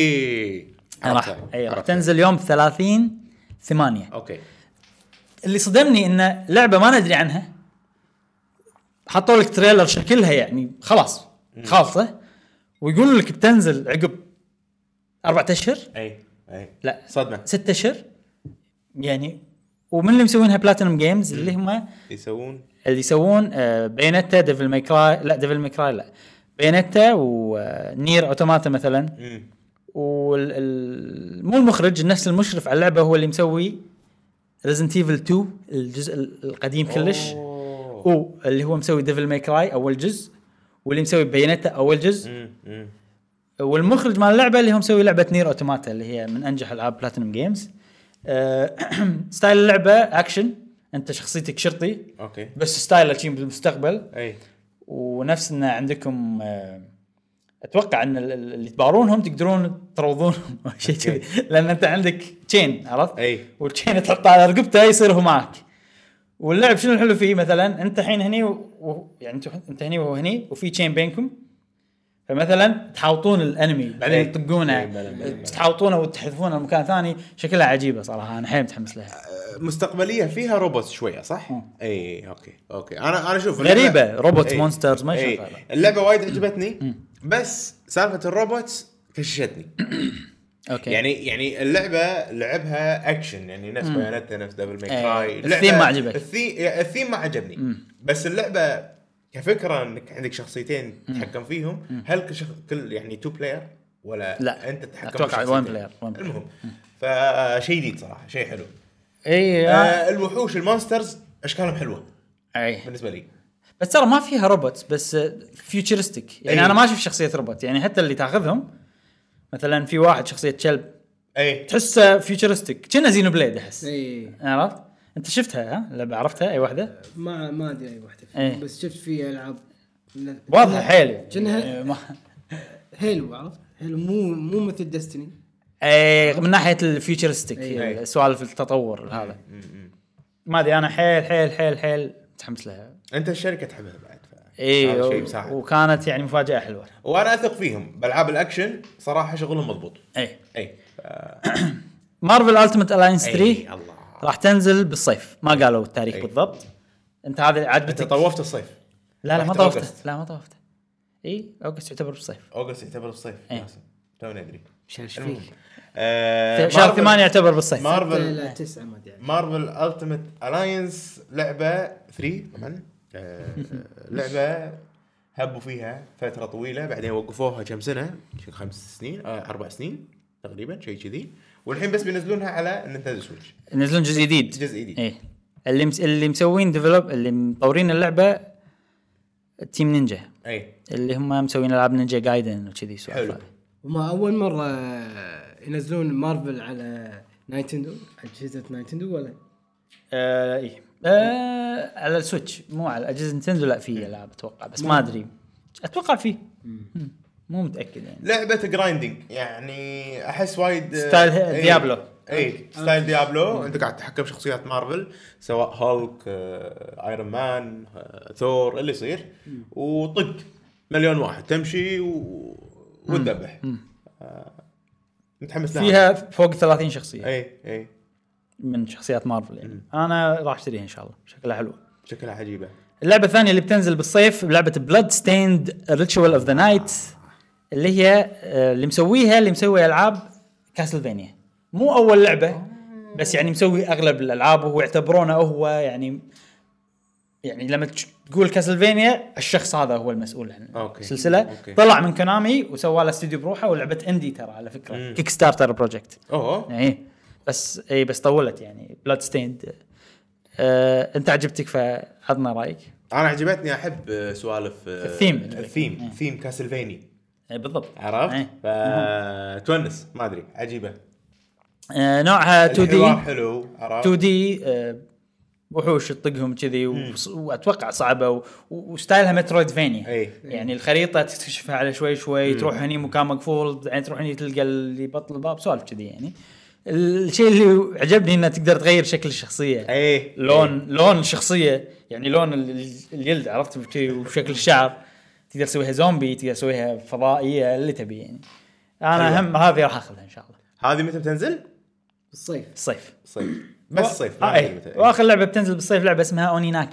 راح تنزل يوم 30/8 اوكي اللي صدمني انه لعبه ما ندري عنها حطوا لك تريلر شكلها يعني خلاص خالصه ويقولوا لك بتنزل عقب 4 أشهر لا صدمه 6 أشهر يعني ومن اللي مسوينها بلاتينوم جيمز اللي هم يسوون بينتا ديفل مايكراي لا بينتا ونير اوتوماتا مثلا مو المخرج نفس المشرف على اللعبه هو اللي مسوي ريزنت ايفل 2 الجزء القديم كلش اللي هو مسوي ديفل مايكراي اول جزء واللي مسوي بينتا اول جزء والمخرج مال اللعبه اللي هو مسوي لعبه نير اوتوماتا اللي هي من انجح العاب بلاتينوم جيمز. ستايل اللعبه اكشن، انت شخصيتك شرطي اوكي بس ستايل الشيء بالمستقبل. اي ونفس ان عندكم اتوقع ان اللي تبارونهم تقدرون تروضونهم او شيء كذي، لان انت عندك تشين، عرفت؟ اي والتشين تحطه على رقبته يصير هو معك. واللعب شنو الحلو فيه؟ مثلا انت الحين هني يعني انت هني وهو هني وفي تشين بينكم، فمثلا تحاوطون الانمي بعدين تطقونه، تحاوطونه وتحذفونه لمكان ثاني. شكلها عجيبه صراحه، انا حيل متحمس لها. مستقبليه فيها روبوت شويه صح؟ اي اوكي انا اشوف غريبه روبوت مونسترز ما يشوفها. اللعبه وايد عجبتني بس سالفه الروبوت كششتني. اوكي يعني اللعبه لعبها اكشن، يعني نفس بيانات نفس دبل ماي كراي. الثيم ما عجبك؟ الثيم ما عجبني بس اللعبه كفكره انك عندك شخصيتين تتحكم فيهم. هل كل يعني 2 بلاير ولا لا انت تتحكم اتوقع 1 بلاير؟ المهم فشيء جديد صراحه، شيء حلو. اي الوحوش المونسترز اشكالهم حلوه اي بالنسبه لي، بس ترى ما فيها روبوت بس فيوتشرستيك. يعني انا ما اشوف شخصيه روبوت، يعني حتى اللي تاخذهم مثلا في واحد شخصيه كلب اي تحسه فيوتشرستيك كنا زينو بليد احس. اي عرفت انت شفتها؟ ها لعبه عرفتها اي واحده؟ ما ادري اي واحده إيه. بس شفت في العاب واضحه حيل كأنها هيلو، عرفت؟ هيلو مو مثل ديستني. اي من ناحيه الفيوتشرستيك أي. سوالف التطور هذا. ما ادري انا حيل حيل حيل حيل متحمس لها. انت الشركه تحبها بعد اي شيء مساعد. وكانت يعني مفاجاه حلوه وانا اثق فيهم بالعاب الاكشن صراحه، شغلهم مضبوط. اي مارفل التيمت الاينس 3 الله راح تنزل بالصيف، ما قالوا التاريخ بالضبط. انت هذا عجبتك؟ انت طوفت الصيف؟ لا ما طوفته. اي اوغست يعتبر بالصيف. اوغست يعتبر بالصيف. تو ندري ايش فيك؟ شهر 8 يعتبر بالصيف. مارفل 9 ما ادري. مارفل التيمت الاينس لعبه 3 طبعا. لعبه هبوا فيها فتره طويله بعدين وقفوها كم سنه، 5 سنين 4 سنين تقريبا شيء كذي، والحين بس بينزلونها على نينتندو سويتش. ينزلون جزء جديد. ايه اللي مسوين ديفلوب اللي مطورين اللعبه تيم نينجا. اي اللي هم مسوين العاب نينجا جايدن وكذي حلو. وما اول مره ينزلون مارفل على نايتندو، اجهزه نايتندو ولا ايه على السويتش مو على اجهزه نينتندو. لا في العاب اتوقع بس ما ادري، اتوقع فيه مو متاكد يعني. لعبه جرايندينج يعني احس وايد ستايل ديابلو. اي ستايل ديابلو. انت قاعد تتحكم شخصيات مارفل سواء هولك ايرون مان ثور اللي يصير، وطق مليون واحد تمشي وتذبح. متحمس لها. فيها فوق 30 شخصيه اي من شخصيات مارفل يعني. انا راح اشتريها ان شاء الله، شكلها حلو. شكلها عجيبه. اللعبه الثانيه اللي بتنزل بالصيف لعبه بلاد ستيند ريتشوال اوف ذا نايت، اللي هي اللي مسوي العاب كاسلفينيا. مو اول لعبه بس يعني مسوي اغلب الالعاب، وهو يعتبرونه هو يعني لما تقول كاسلفينيا الشخص هذا هو المسؤول عن السلسله. طلع من كونامي وسوى له استوديو بروحه، ولعبه اندي ترى على فكره كيك ستارتر بروجكت. يعني بس طولت يعني بلاد ستيند. انت عجبتك فعطنا رايك. انا عجبتني، احب سوالف الثيم كاسلفيني. بالضبط عرفت. فتونس ما ادري عجيبه. نوعها 2D حلو. 2D وحوش تطقهم كذي واتوقع صعبه وستايلها مترويدفينيا. يعني الخريطه تكتشفها على شوي تروح هني مكان مقفول بعدين تروح هني تلقى اللي بطل الباب سوالف كذي. يعني الشيء اللي عجبني انه تقدر تغير شكل الشخصيه. لون الشخصيه يعني لون الجلد، عرفت، وشكل الشعر. تقدر تسويها زومبي، تقدر تسويها فضائيه، اللي تبي يعني. انا هم هذه راح اخذها ان شاء الله. هذه متى بتنزل؟ الصيف بس الصيف. واخر لعبه بتنزل بالصيف لعبه اسمها اونيناكي.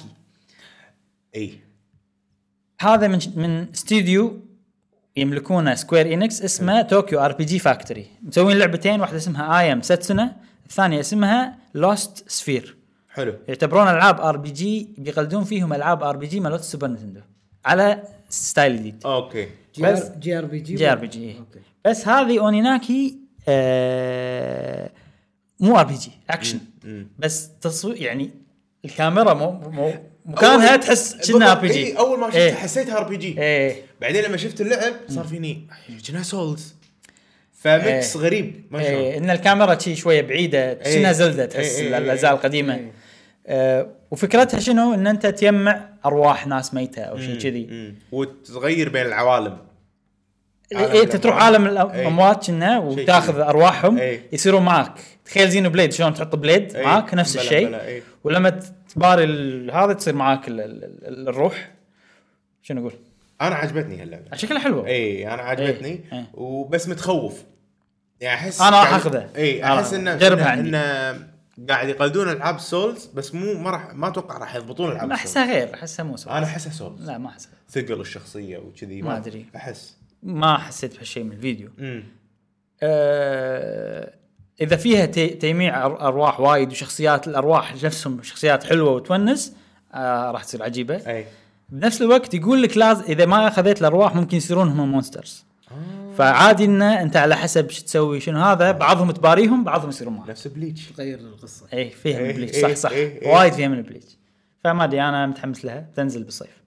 هذا من استوديو يملكونه سكوير إنكس اسمه طوكيو ار بي جي فاكتوري. مسوين لعبتين، واحده اسمها اي ام ساتسونا، الثانيه اسمها لوست سفير. حلو. يعتبرون العاب ار بي جي بيقلدون فيهم العاب ار بي جي مالت السوبر نينتندو على ستايل جديد. اوكي. بس جي ار بي جي. بس هذه اونيناكي مو ار بي جي اكشن. بس تصوير يعني الكاميرا مو مكانها تحس كأنها ار بي جي. اول ما شفت حسيتها ار بي جي، ايه بعدين لما شفت اللعب صار فيني كأنها سولز، فميكس غريب ما شاء الله. ان الكاميرا شي شويه بعيده كأنها زلدة، تحس الاجزاء القديمه. وفكرتها شنو؟ ان انت تجمع ارواح ناس ميته او شيء كذي، وتغير بين العوالم. انت تروح عالم الاموات كنا وتاخذ ارواحهم يصيرون معك. تخيل زينو بليد شلون تحط بليد معك نفس الشيء، ولما تباري هذا تصير معك الروح. شنو اقول؟ انا عجبتني هاللعبه، شكلها حلوه. انا عجبتني. وبس متخوف يعني، احس انا راح اخذه. احس انه قاعد يقلدون العاب سولز، بس ما اتوقع راح يضبطون العاب. احسها غير، احسها مو سولز. انا احسها سولز. لا ما احسها ثقل الشخصيه وكذي، ما ادري، احس ما حسيت بهالشيء من الفيديو. اذا فيها تجميع ارواح وايد وشخصيات الارواح نفسهم شخصيات حلوه وتونس، راح تصير عجيبه. بنفس الوقت يقول لك لازم اذا ما اخذت الارواح ممكن يصيرون هم مونسترز. فعادي ان انت على حسب شو تسوي شنو هذا، بعضهم تباريهم بعضهم يصيرون معك. نفس بليتش تغير القصه. فيها من بليتش. صح وايد فيها من بليتش. فما ادري، انا متحمس لها، تنزل بالصيف.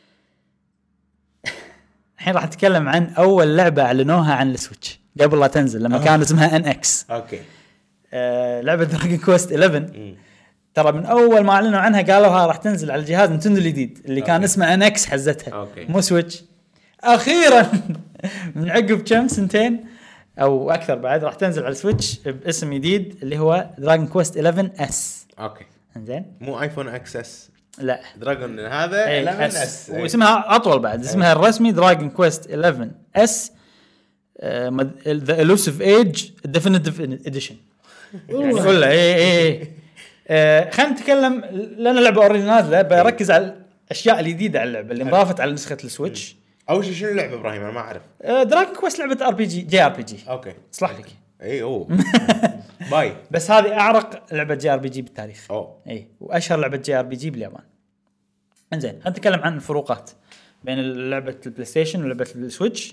الحين راح نتكلم عن اول لعبه اعلنوها عن السويتش قبل لا تنزل، لما كان اسمها ان اكس. اوكي. لعبه دراجون كويست 11. ترى من اول ما اعلنوا عنها قالوها راح تنزل على الجهاز نينتندو الجديد اللي كان اسمه ان اكس، حزتها مو سويتش. اخيرا من عقب كم سنتين او اكثر بعد راح تنزل على السويتش باسم جديد اللي هو دراجون كويست 11 اس. اوكي زين، مو ايفون اكس اس، لا دراجون هذا 11 اس. واسمها اطول بعد، اسمها الرسمي دراجون كويست 11 اس ذا الوسيف ايج ديفينيتيف اديشن. والله خلينا نتكلم، لان اللعبه اوريدي نازله، بركز على الاشياء الجديده على اللعبه اللي انضافت على نسخه السويتش. اول شيء شنو اللعبه ابراهيم؟ انا ما اعرف. دراجون كويست لعبه ار بي جي، جي ار بي جي. اوكي اصلح لك. باي. بس هذه اعرق لعبه جي ار بي جي بالتاريخ. اي واشهر لعبه جي ار بي جي باليابان. انزين، خلينا نتكلم عن الفروقات بين لعبه البلاي ستيشن ولعبه السويتش.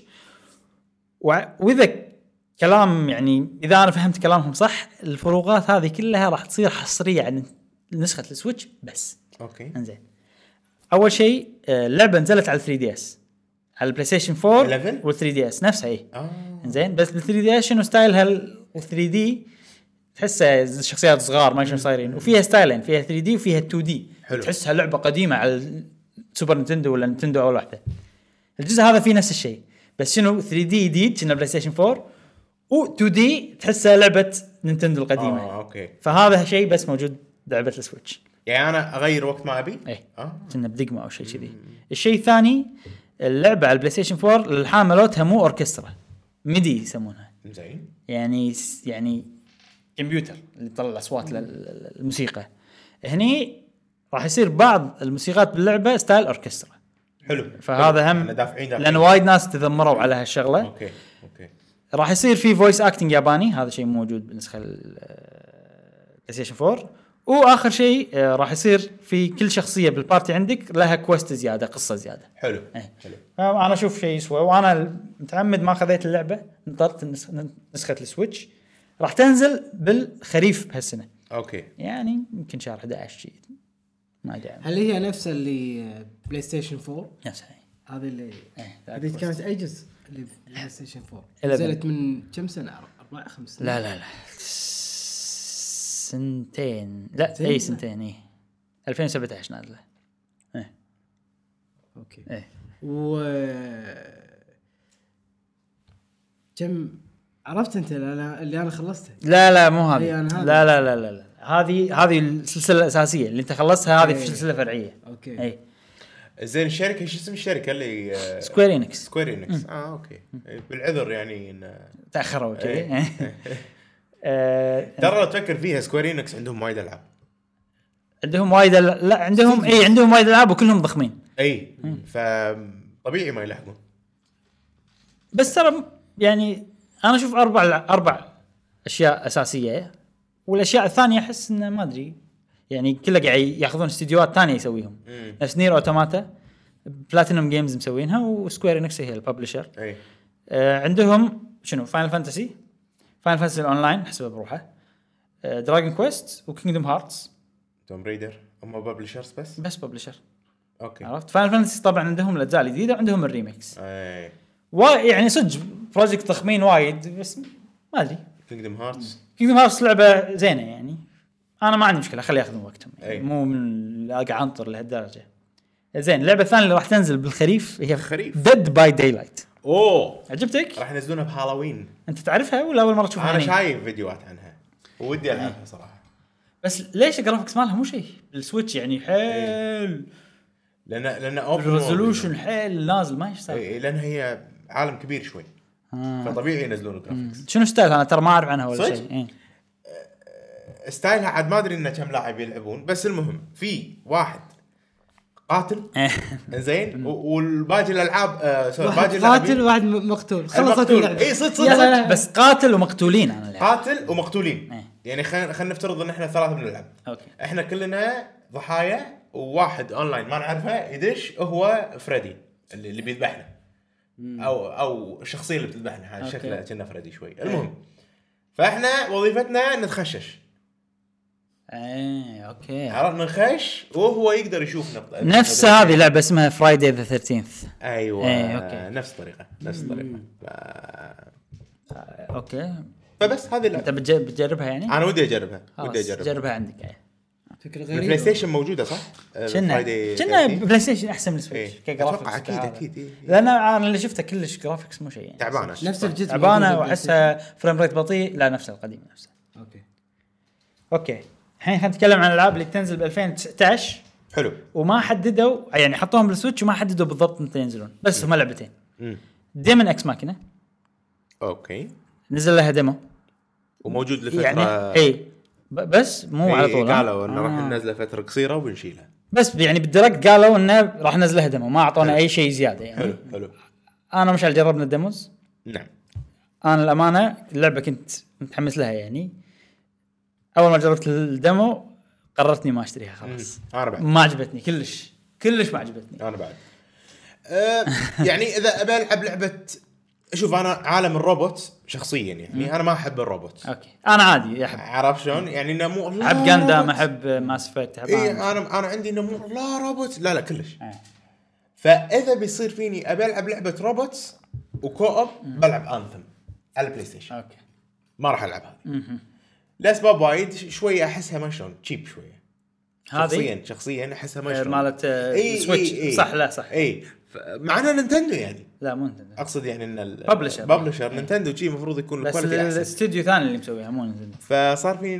واذا كلام يعني اذا انا فهمت كلامهم صح، الفروقات هذه كلها راح تصير حصريه عن نسخه السويتش بس. اوكي. انزين، اول شيء اللعبه نزلت على 3 دي اس، على البلاي ستيشن 4 وال 3 دي اس نفسها. انزين، بس ال 3 دي اس شنو ستايلها؟ ال 3 دي تحسها الشخصيات صغار ما شنو صايرين، وفيها ستايلين، فيها 3 دي وفيها 2 دي. تحسها لعبه قديمه على السوبر نينتندو ولا نينتندو اول واحده. الجزء هذا فيه نفس الشيء، بس شنو 3 دي جديد كنا بلاي ستيشن 4، و 2 دي تحسها لعبه نينتندو القديمه. اوكي. فهذا شيء بس موجود بلعبه السويتش. يعني انا اغير وقت ما ابي. كنا بدقمه او شيء كذي. الشيء الثاني، اللعبه على البلاي ستيشن 4 الالحان مالتها مو اوركسترا، ميدي يسمونها. زين. يعني كمبيوتر اللي يطلع الاصوات للموسيقى. هني راح يصير بعض الموسيقات باللعبه ستايل اوركسترا. حلو. فهذا هم لان وايد ناس تذمروا على هالشغله. اوكي. راح يصير في فويس اكتنج ياباني، هذا شيء موجود بالنسخه البلاي ستيشن 4. واخر شيء راح يصير في كل شخصيه بالبارتي عندك لها كويست زياده، قصه زياده. حلو. انا اشوف شيء يسوى، وانا متعمد ما خذيت اللعبه، نطرت نسخه السويتش راح تنزل بالخريف بهالسنه. اوكي. يعني يمكن شهر 11 شيء ما ادري. هل هي نفس اللي بلاي ستيشن 4؟ نفسها هذه اللي هذه كانت اي جزء اللي بلاي ستيشن 4 11. نزلت من كم سنه؟ 4 5 سنين؟ لا سنتين. لا اي سنتين. 2017 نازله. اوكي. و كم عرفت انت اللي انا خلصته؟ لا مو هذه. لا هذه السلسله الاساسيه اللي انت خلصتها. هذه في سلسله فرعيه. اوكي. زين، الشركه شو اسم الشركه اللي سكوير انكس. اوكي. بالعذر يعني تاخروا كذي. ترى لو تفكر فيها سكوير انكس عندهم وايد العاب. عندهم وايد عندهم وايد العاب وكلهم ضخمين. فطبيعي ما يلحقون. بس ترى يعني انا اشوف اربع اشياء اساسيه، والاشياء الثانيه احس انه ما ادري يعني كله قاعد ياخذون استديوهات ثانيه يسويهم. نفس نير اوتوماتا بلاتينوم جيمز مسوينها، وسكوير انكس هي الببلشر. عندهم شنو؟ فاينل فانتسي الاونلاين حسبه بروحه، دراجون كويست وكينجدوم هارتس. توم بريدر هم ببلشرز بس ببلشر. اوكي عرفت فاينل فانتسي طبعا عندهم الاجزاء الجديده وعندهم الريميكس اي ويعني صدق بروجكت ضخمين وايد بس ما ادري. كينجدم هارتس كينجدم هارتس لعبه زينه يعني انا ما عندي مشكله خلي ياخذون وقتهم يعني أي. مو من اقعد انطر لهالدرجه. زين اللعبه الثانيه اللي راح تنزل بالخريف هي خريف. ديد باي دايلايت. اوه عجبتك؟ راح ينزلونها بهالوين. انت تعرفها ولا اول مره تشوفها؟ انا هني؟ شايف فيديوهات عنها ودي العبها صراحه. بس ليش الجرافيكس مالها مو شيء السويتش يعني حيل لان الريزولوشن حيل نازل ما يشتغل. لان هي عالم كبير شوي فطبيعي ينزلون الجرافيكس. شنو ستايلها انا ترى ما اعرف عنها ولا صدق؟ شيء. إيه. ستايلها عاد ما ادري انه كم لاعب يلعبون بس المهم في واحد قاتل زين والباقي الالعاب واحد قاتل وواحد مقتول خلصت اللعبه. اي صدق بس قاتل ومقتولين انا اللعبة. قاتل ومقتولين. إيه. يعني خلينا نفترض ان احنا ثلاثه بنلعب اوكي احنا كلنا ضحايا وواحد اونلاين ما نعرفه يدش هو فريدي اللي بيذبحنا او الشخصيه اللي بتذبحنا هاي شكلها كأنه فريدي شوي. المهم فاحنا وظيفتنا نتخشش. اوكي عرفنا نخش وهو يقدر يشوفنا نفس هذه لعبه اسمها فرايداي ذا 13th. ايوه أوكي. نفس الطريقه اوكي فبس هذه اللعبه انت بتجربها يعني؟ انا ودي اجربها جربها عندك يعني. فكره غريبه. البلاي ستيشن موجوده صح؟ كنا بلاي ستيشن احسن من السويتش كجرافيكس. اكيد لان انا اللي شفته كلش جرافيكس مو شيء يعني. تعبانه نفس الجزء تعبانه واحسها فريم ريت بطيء. لا نفس القديم نفسه. اوكي الحين خلينا نتكلم عن الالعاب اللي تنزل ب 2019. حلو وما حددوا يعني حطوهم بالسويتش وما حددوا بالضبط متى ينزلون بس هم لعبتين. ديمون اكس ماكينه اوكي نزل لها ديمو وموجود لفتره يعني اي بس مو على طول. قالوا انه راح ننزله فتره قصيره وبنشيلها بس يعني بالدرجة قالوا انه راح ننزلها ديمو ما اعطونا اي شيء زياده يعني. حلو انا مش جربنا الديموز. نعم انا الامانه اللعبه كنت متحمس لها يعني اول ما جربت الديمو قررتني ما اشتريها خلاص. انا بعد ما عجبتني كلش ما عجبتني انا بعد يعني اذا ابى العب لعبه شوف انا عالم الروبوت شخصيا يعني انا ما احب الروبوت. اوكي انا عادي احب عرف شلون يعني انه مو احب جاندام احب ماس افكت احب انا عندي انه مو لا روبوت لا كلش. فاذا بيصير فيني ابي العب لعبه روبوت وكوب بلعب انثم على البلاي ستيشن. اوكي ما راح العب هذه لاسباب وايد شويه احسها ما شلون تشيب شويه. شخصيا احسها ما شلون مالت سويتش صح لا صح اي معنا نينتندو يعني لا مو نينتندو اقصد يعني ان ببلشر نينتندو شيء المفروض يكون بس الكواليتي احسن. الاستوديو ثاني اللي مسويها مو نينتندو. فصار في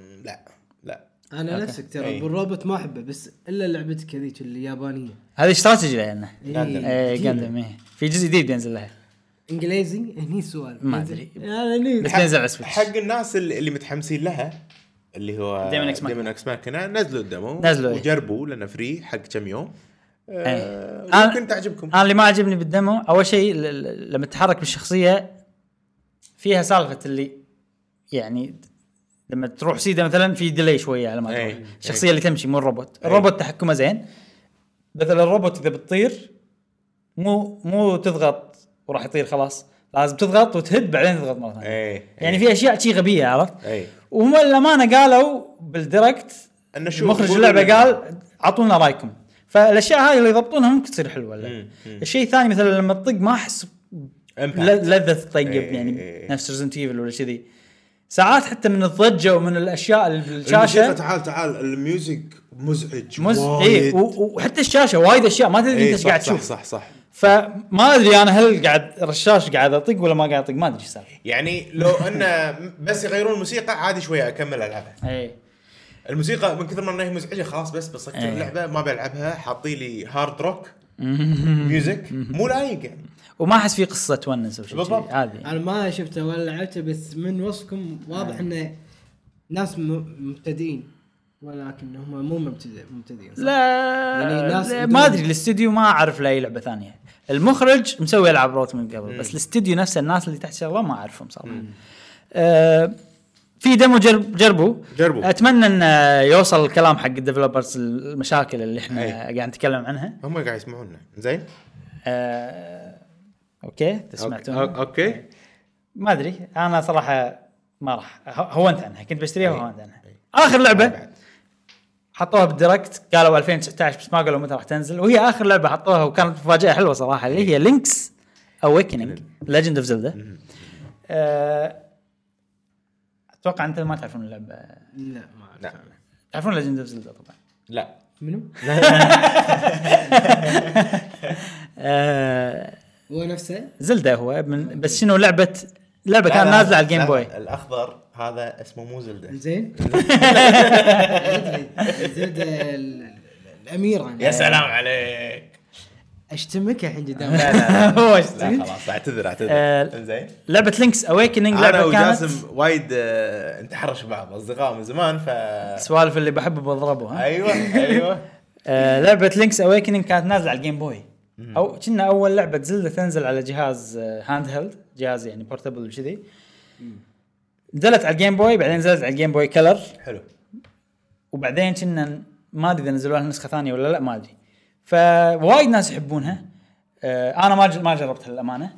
لا انا نفسك ترى بالروبوت ما احبه بس الا لعبتك هذيك اليابانيه هذه استراتيجي لانه جاندم في جزء جديد بينزل لها انجليزي هني سؤال ما ادري انا بس بينزل على سويتش حق الناس اللي متحمسين لها اللي هو ديمون اكس ماكينه نزلوا الدمو وجربوا لنا فري حق كم يوم. ممكن تعجبكم. انا اللي ما عجبني بالدمو اول شيء لما تتحرك بالشخصيه فيها سالفه اللي يعني لما تروح سيده مثلا في ديلي شويه على ما تروح الشخصيه اللي تمشي مو الروبوت. الروبوت تحكمه زين مثلا الروبوت اذا بتطير مو تضغط وراح يطير خلاص لازم تضغط وتهد بعدين تضغط مره ثانيه. يعني في اشياء شيء غبيه عرفت. وهم الامانه قالوا بالديركت مخرج اللعبه قال اعطونا رايكم. فالاشياء هاي اللي يضبطونها ممكن تصير حلوه. الشيء الثاني مثلا لما تطق ما احس لذة طيب يعني نفس ريزنت ايفل ولا كذي ساعات حتى من الضجه ومن الاشياء اللي بالشاشه. تعال الميوزك مزعج وايد وحتى الشاشه وايد اشياء ما تدري انت ايش قاعد تشوف. صح فما ادري انا هل قاعد رشاش قاعد اطق ولا ما قاعد اطق ما ادري ايش صار. يعني لو انه بس يغيرون الموسيقى عادي شويه اكمل العبها. الموسيقى من كثر ما انها مزعجه خلاص بس بسكر اللعبه ما بلعبها. حاطي لي هارد روك ميوزك مو لايق يعني وما احس في قصه تونس او شيء عادي. انا ما شفته ولا لعبته بس من وصفكم واضح انه ناس مبتدئين ولكن هم مو مبتدئين لا يعني ناس ما ادري الاستوديو ما اعرف لا اي لعبه ثانيه. المخرج مسوي العاب روت من قبل بس الاستوديو نفسه الناس اللي تحت شغله ما اعرفهم صراحه. في ديمو جربوا اتمنى ان يوصل الكلام حق الديفلوبرز المشاكل اللي احنا قاعد نتكلم عنها. هم قاعد يسمعونا زين. اوكي تسمعتون اوكي ما ادري انا صراحه ما راح هو انت عنها كنت بشتريها وهو انت عنها. اخر لعبه حطوها بالديركت قالوا 2019 بس ما قالوا متى راح تنزل، وهي اخر لعبه حطوها وكانت مفاجاه حلوه صراحه اللي هي لينكس اويكننج ليجند اوف زلدا. اتوقع انت ما تعرفون اللعبه. لا ما أعرف. تعرفون ليجند اوف زلدا طبعا. لا منو؟ هو نفسه زلدا هو بس شنو لعبه كان نازله على الجيم بوي. الاخضر هذا اسمه مو زلدة. زين. زلدة الأميرة. يا سلام عليك. اشتمك الحين قدام. لا هو خلاص اعتذر. زين. لعبه لينكس اويكننج انا لعبه كانت وجاسم وايد نتحرش بعض اصدقاء من زمان السوالف اللي بحب بضربه. ها ايوه لعبه لينكس اويكننج كانت نازله على الجيم بوي او كنا اول لعبه زلدة تنزل على جهاز هاند هيلد، جهاز يعني بورتبل وكذي. نزلت على الجيم بوي، بعدين نزلت على الجيم بوي كلر. حلو. وبعدين كنا ما ادري اذا نزلوها نسخه ثانيه ولا لا، ما ادري. فوايد ناس يحبونها. انا ما جربتها للامانه.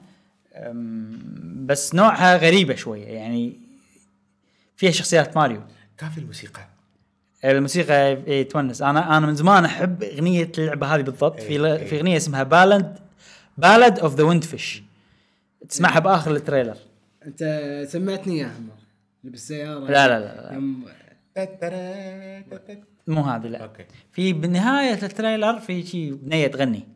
بس نوعها غريبه شويه، يعني فيها شخصيات ماريو. كافي الموسيقى تونس. انا من زمان احب اغنيه اللعبه هذه بالضبط. في اغنيه اسمها بالاد اوف ذا ويند فيش، تسمعها باخر التريلر. انت سمعتني اياها اللي بالسياره. لا مو هذه، لا. أوكي. في بنهايه التريلر في شيء بنيه تغني.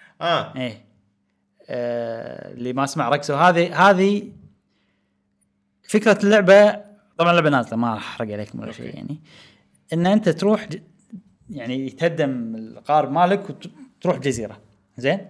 اللي ما سمع رقصه. هذه فكره اللعبه. طبعا اللعبه نازله، ما راح احرق عليكم ولا شيء. يعني ان انت تروح يعني يتهدم القارب مالك وتروح جزيره. زين،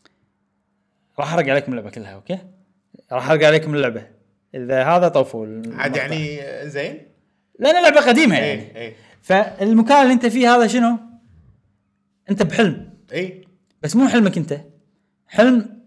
راح احرق عليكم اللعبه كلها. اوكي، راح احرق عليكم اللعبه اذا هذا طوفوا عاد يعني. زين، لان لعبه قديمه يعني. فالمكان اللي انت فيه هذا شنو؟ انت بحلم. بس مو حلمك انت، حلم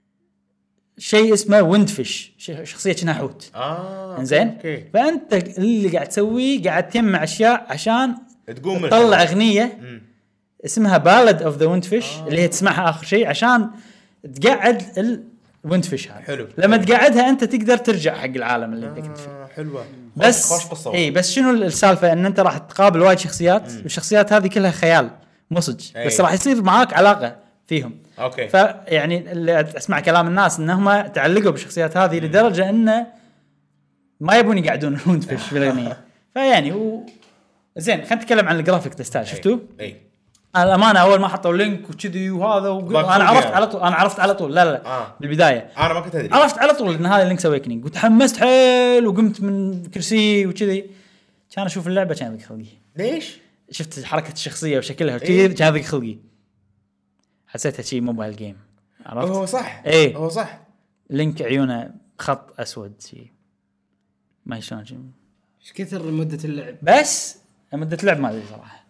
شيء اسمه ويند فيش، شخصيه كنا حوت. انزين. فانت اللي قاعد تسويه قاعد تجمع اشياء عشان تقوم تطلع اغنيه اسمها بالاد اوف ذا ويند فيش اللي هي تسمعها اخر شيء عشان تقعد الويند فيش هذا. حلو. لما تقعدها انت تقدر ترجع حق العالم اللي انت كنت فيه. حلوه. بس بس شنو السالفه؟ ان انت راح تقابل وايد شخصيات. الشخصيات هذه كلها خيال مو صدق، بس راح يصير معاك علاقه فيهم. اوكي. فيعني اللي اسمع كلام الناس انهم تعلقوا بالشخصيات هذه لدرجه انه ما يبون يقعدون الويند فيش بالاغنيه. فيعني زين، خلينا نتكلم عن الجرافيك ستايل. شفتوه؟ الامانه اول ما حطوا لينك وكذي وهذا انا عرفت على طول. لا بالبدايه انا ما كنت ادري. عرفت على طول ان هذا لينكس اويكننج، وتحمست حيل وقمت من كرسي وكذي. كان اشوف اللعبه كان ذيك خلقي. ليش؟ شفت حركه الشخصيه وشكلها وكذي كان ذيك خلقي. حسيتها شيء موبايل جيم. عرفت؟ هو صح. هو صح. لينك عيونه خط اسود شيء ما شلون. ايش كثر مده اللعب؟ بس مده اللعب ما ادري صراحه.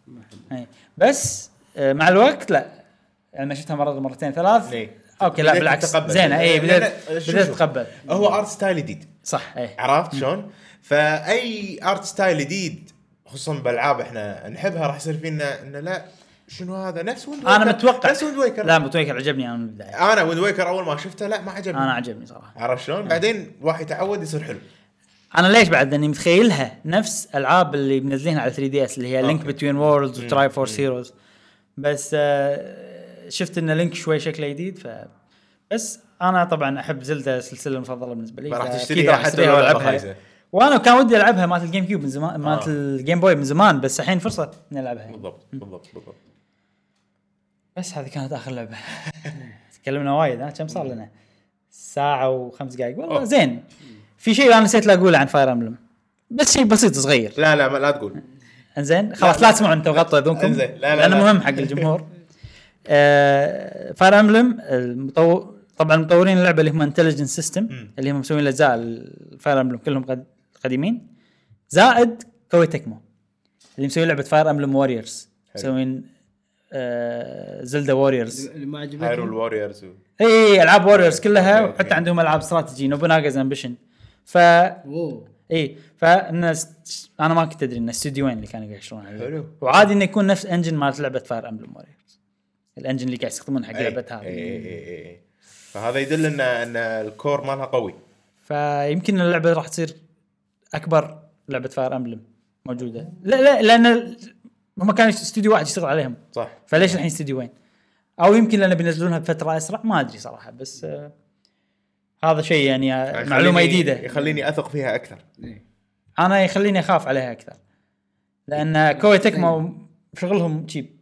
بس مع الوقت لا، يعني ما شفتها مرتين ثلاث. اوكي لا بالعكس زينه. بدأت اتقبل. هو ارت ستايل جديد صح. عرفت شلون؟ فاي ارت ستايل جديد خصوصا بالالعاب احنا نحبها راح يصير فينا انه لا شنو هذا نفس ويند ويكر. انا متوقع نفس ويند ويكر. لا ويند ويكر عجبني انا من البدايه. انا ويند ويكر اول ما شفته لا ما عجبني. انا عجبني صراحه. عرفت شلون؟ بعدين واحد يتعود يصير حلو. انا ليش بعد اني متخيلها نفس العاب اللي منزلينها على 3DS اللي هي لينك بتوين وورلدز وتراي فورس هيروز. بس شفت ان لينك شوي شكله جديد. بس انا طبعا احب زلدة سلسله المفضله بالنسبه لي. راح تشتريها حتى لو العبها. وانا كان ودي العبها مالت الجيم كيوب من زمان، مالت الجيم بوي من زمان، بس الحين فرصه نلعبها. بالضبط. بس هذه كانت اخر لعبه. تكلمنا وايد. كم صار لنا؟ ساعه و5 دقائق والله. زين، في شيء انا نسيت لا اقوله عن فاير امبلم، بس شيء بسيط صغير. لا تقول. انزين خلاص لا تسمعوا انتم وغطوا اذنكم لانه مهم حق الجمهور. فاير امبلم طبعا مطورين اللعبه اللي هم انتليجنت سيستم اللي هم مسوين الاجزاء الفاير امبلم كلهم قديمين، زائد كوي تكمو اللي مسوين لعبه فاير امبلم ووريرز، مسوين زلدا ووريرز اللي ما عجبتني. هايرول ووريرز اي العاب ووريرز كلها. وحتى عندهم العاب استراتيجي نوبوناغاز امبيشن. فالناس انا ما كنت ادري ان استديوين اللي كانوا يشتغلون عليه. وعادي انه يكون نفس انجن مالت لعبه فاير امبلم ووريرز، الانجن اللي قاعد يستخدمونه حق لعبه هذه. فهذا يدل ان الكور مالها قوي. فيمكن اللعبه راح تصير اكبر لعبه فاير امبلم موجوده. لا لان هم كان استوديو واحد يشتغل عليهم صح. فليش الحين استوديوين او يمكن لأن بينزلونها بفترة اسرع ما ادري صراحة بس هذا شيء يعني معلومة جديدة يخليني اثق فيها اكثر. انا يخليني اخاف عليها اكثر لان كوي تكمو شغلهم تشيب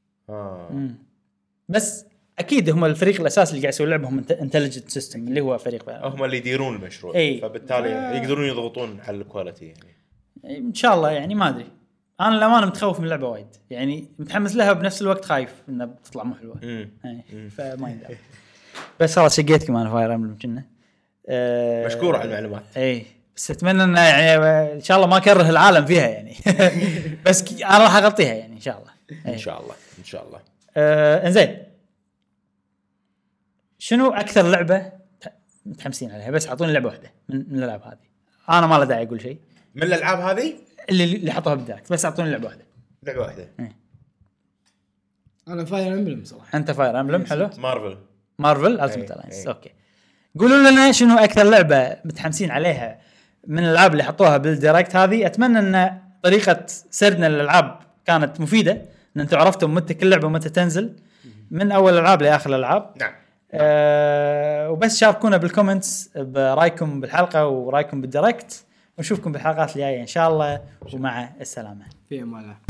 بس اكيد هم الفريق الاساسي اللي قاعد يسوي لعبهم انتليجنت سيستم اللي هو فريق هم اللي يديرون المشروع فبالتالي يقدرون يضغطون على الكواليتي يعني ان شاء الله يعني ما ادري انا للامانه متخوف من اللعبه وايد يعني متحمس لها بنفس الوقت خايف انها بتطلع مو حلوه فما يندرى بس خلاص شقيتكم انا فاير امبلم كنا مشكور على المعلومات بس اتمنى ان يعني ان شاء الله ما اكره العالم فيها يعني بس انا راح اغطيها يعني ان شاء الله ان شاء الله ان شاء الله. انزين شنو اكثر لعبه متحمسين عليها بس اعطوني لعبه واحده من الالعاب هذه انا ما له داعي اقول شيء من الالعاب هذه اللي حطوها بالدايركت بس اعطوني لعبه واحده انا فاير امبلم صراحه. انت فاير امبلم حلو مارفل التيمت الاينس اوكي قولوا لنا شنو اكثر لعبه متحمسين عليها من الالعاب اللي حطوها بالدايركت هذه اتمنى ان طريقه سردنا للالعاب كانت مفيده ان انتم عرفتوا متى كل لعبه متى تنزل من اول الالعاب لاخر الالعاب. نعم وبس شاركونا بالكومنتس برايكم بالحلقه ورايكم بالدايركت ونشوفكم بالحلقات الجايه ان شاء الله ومع السلامه في امان الله.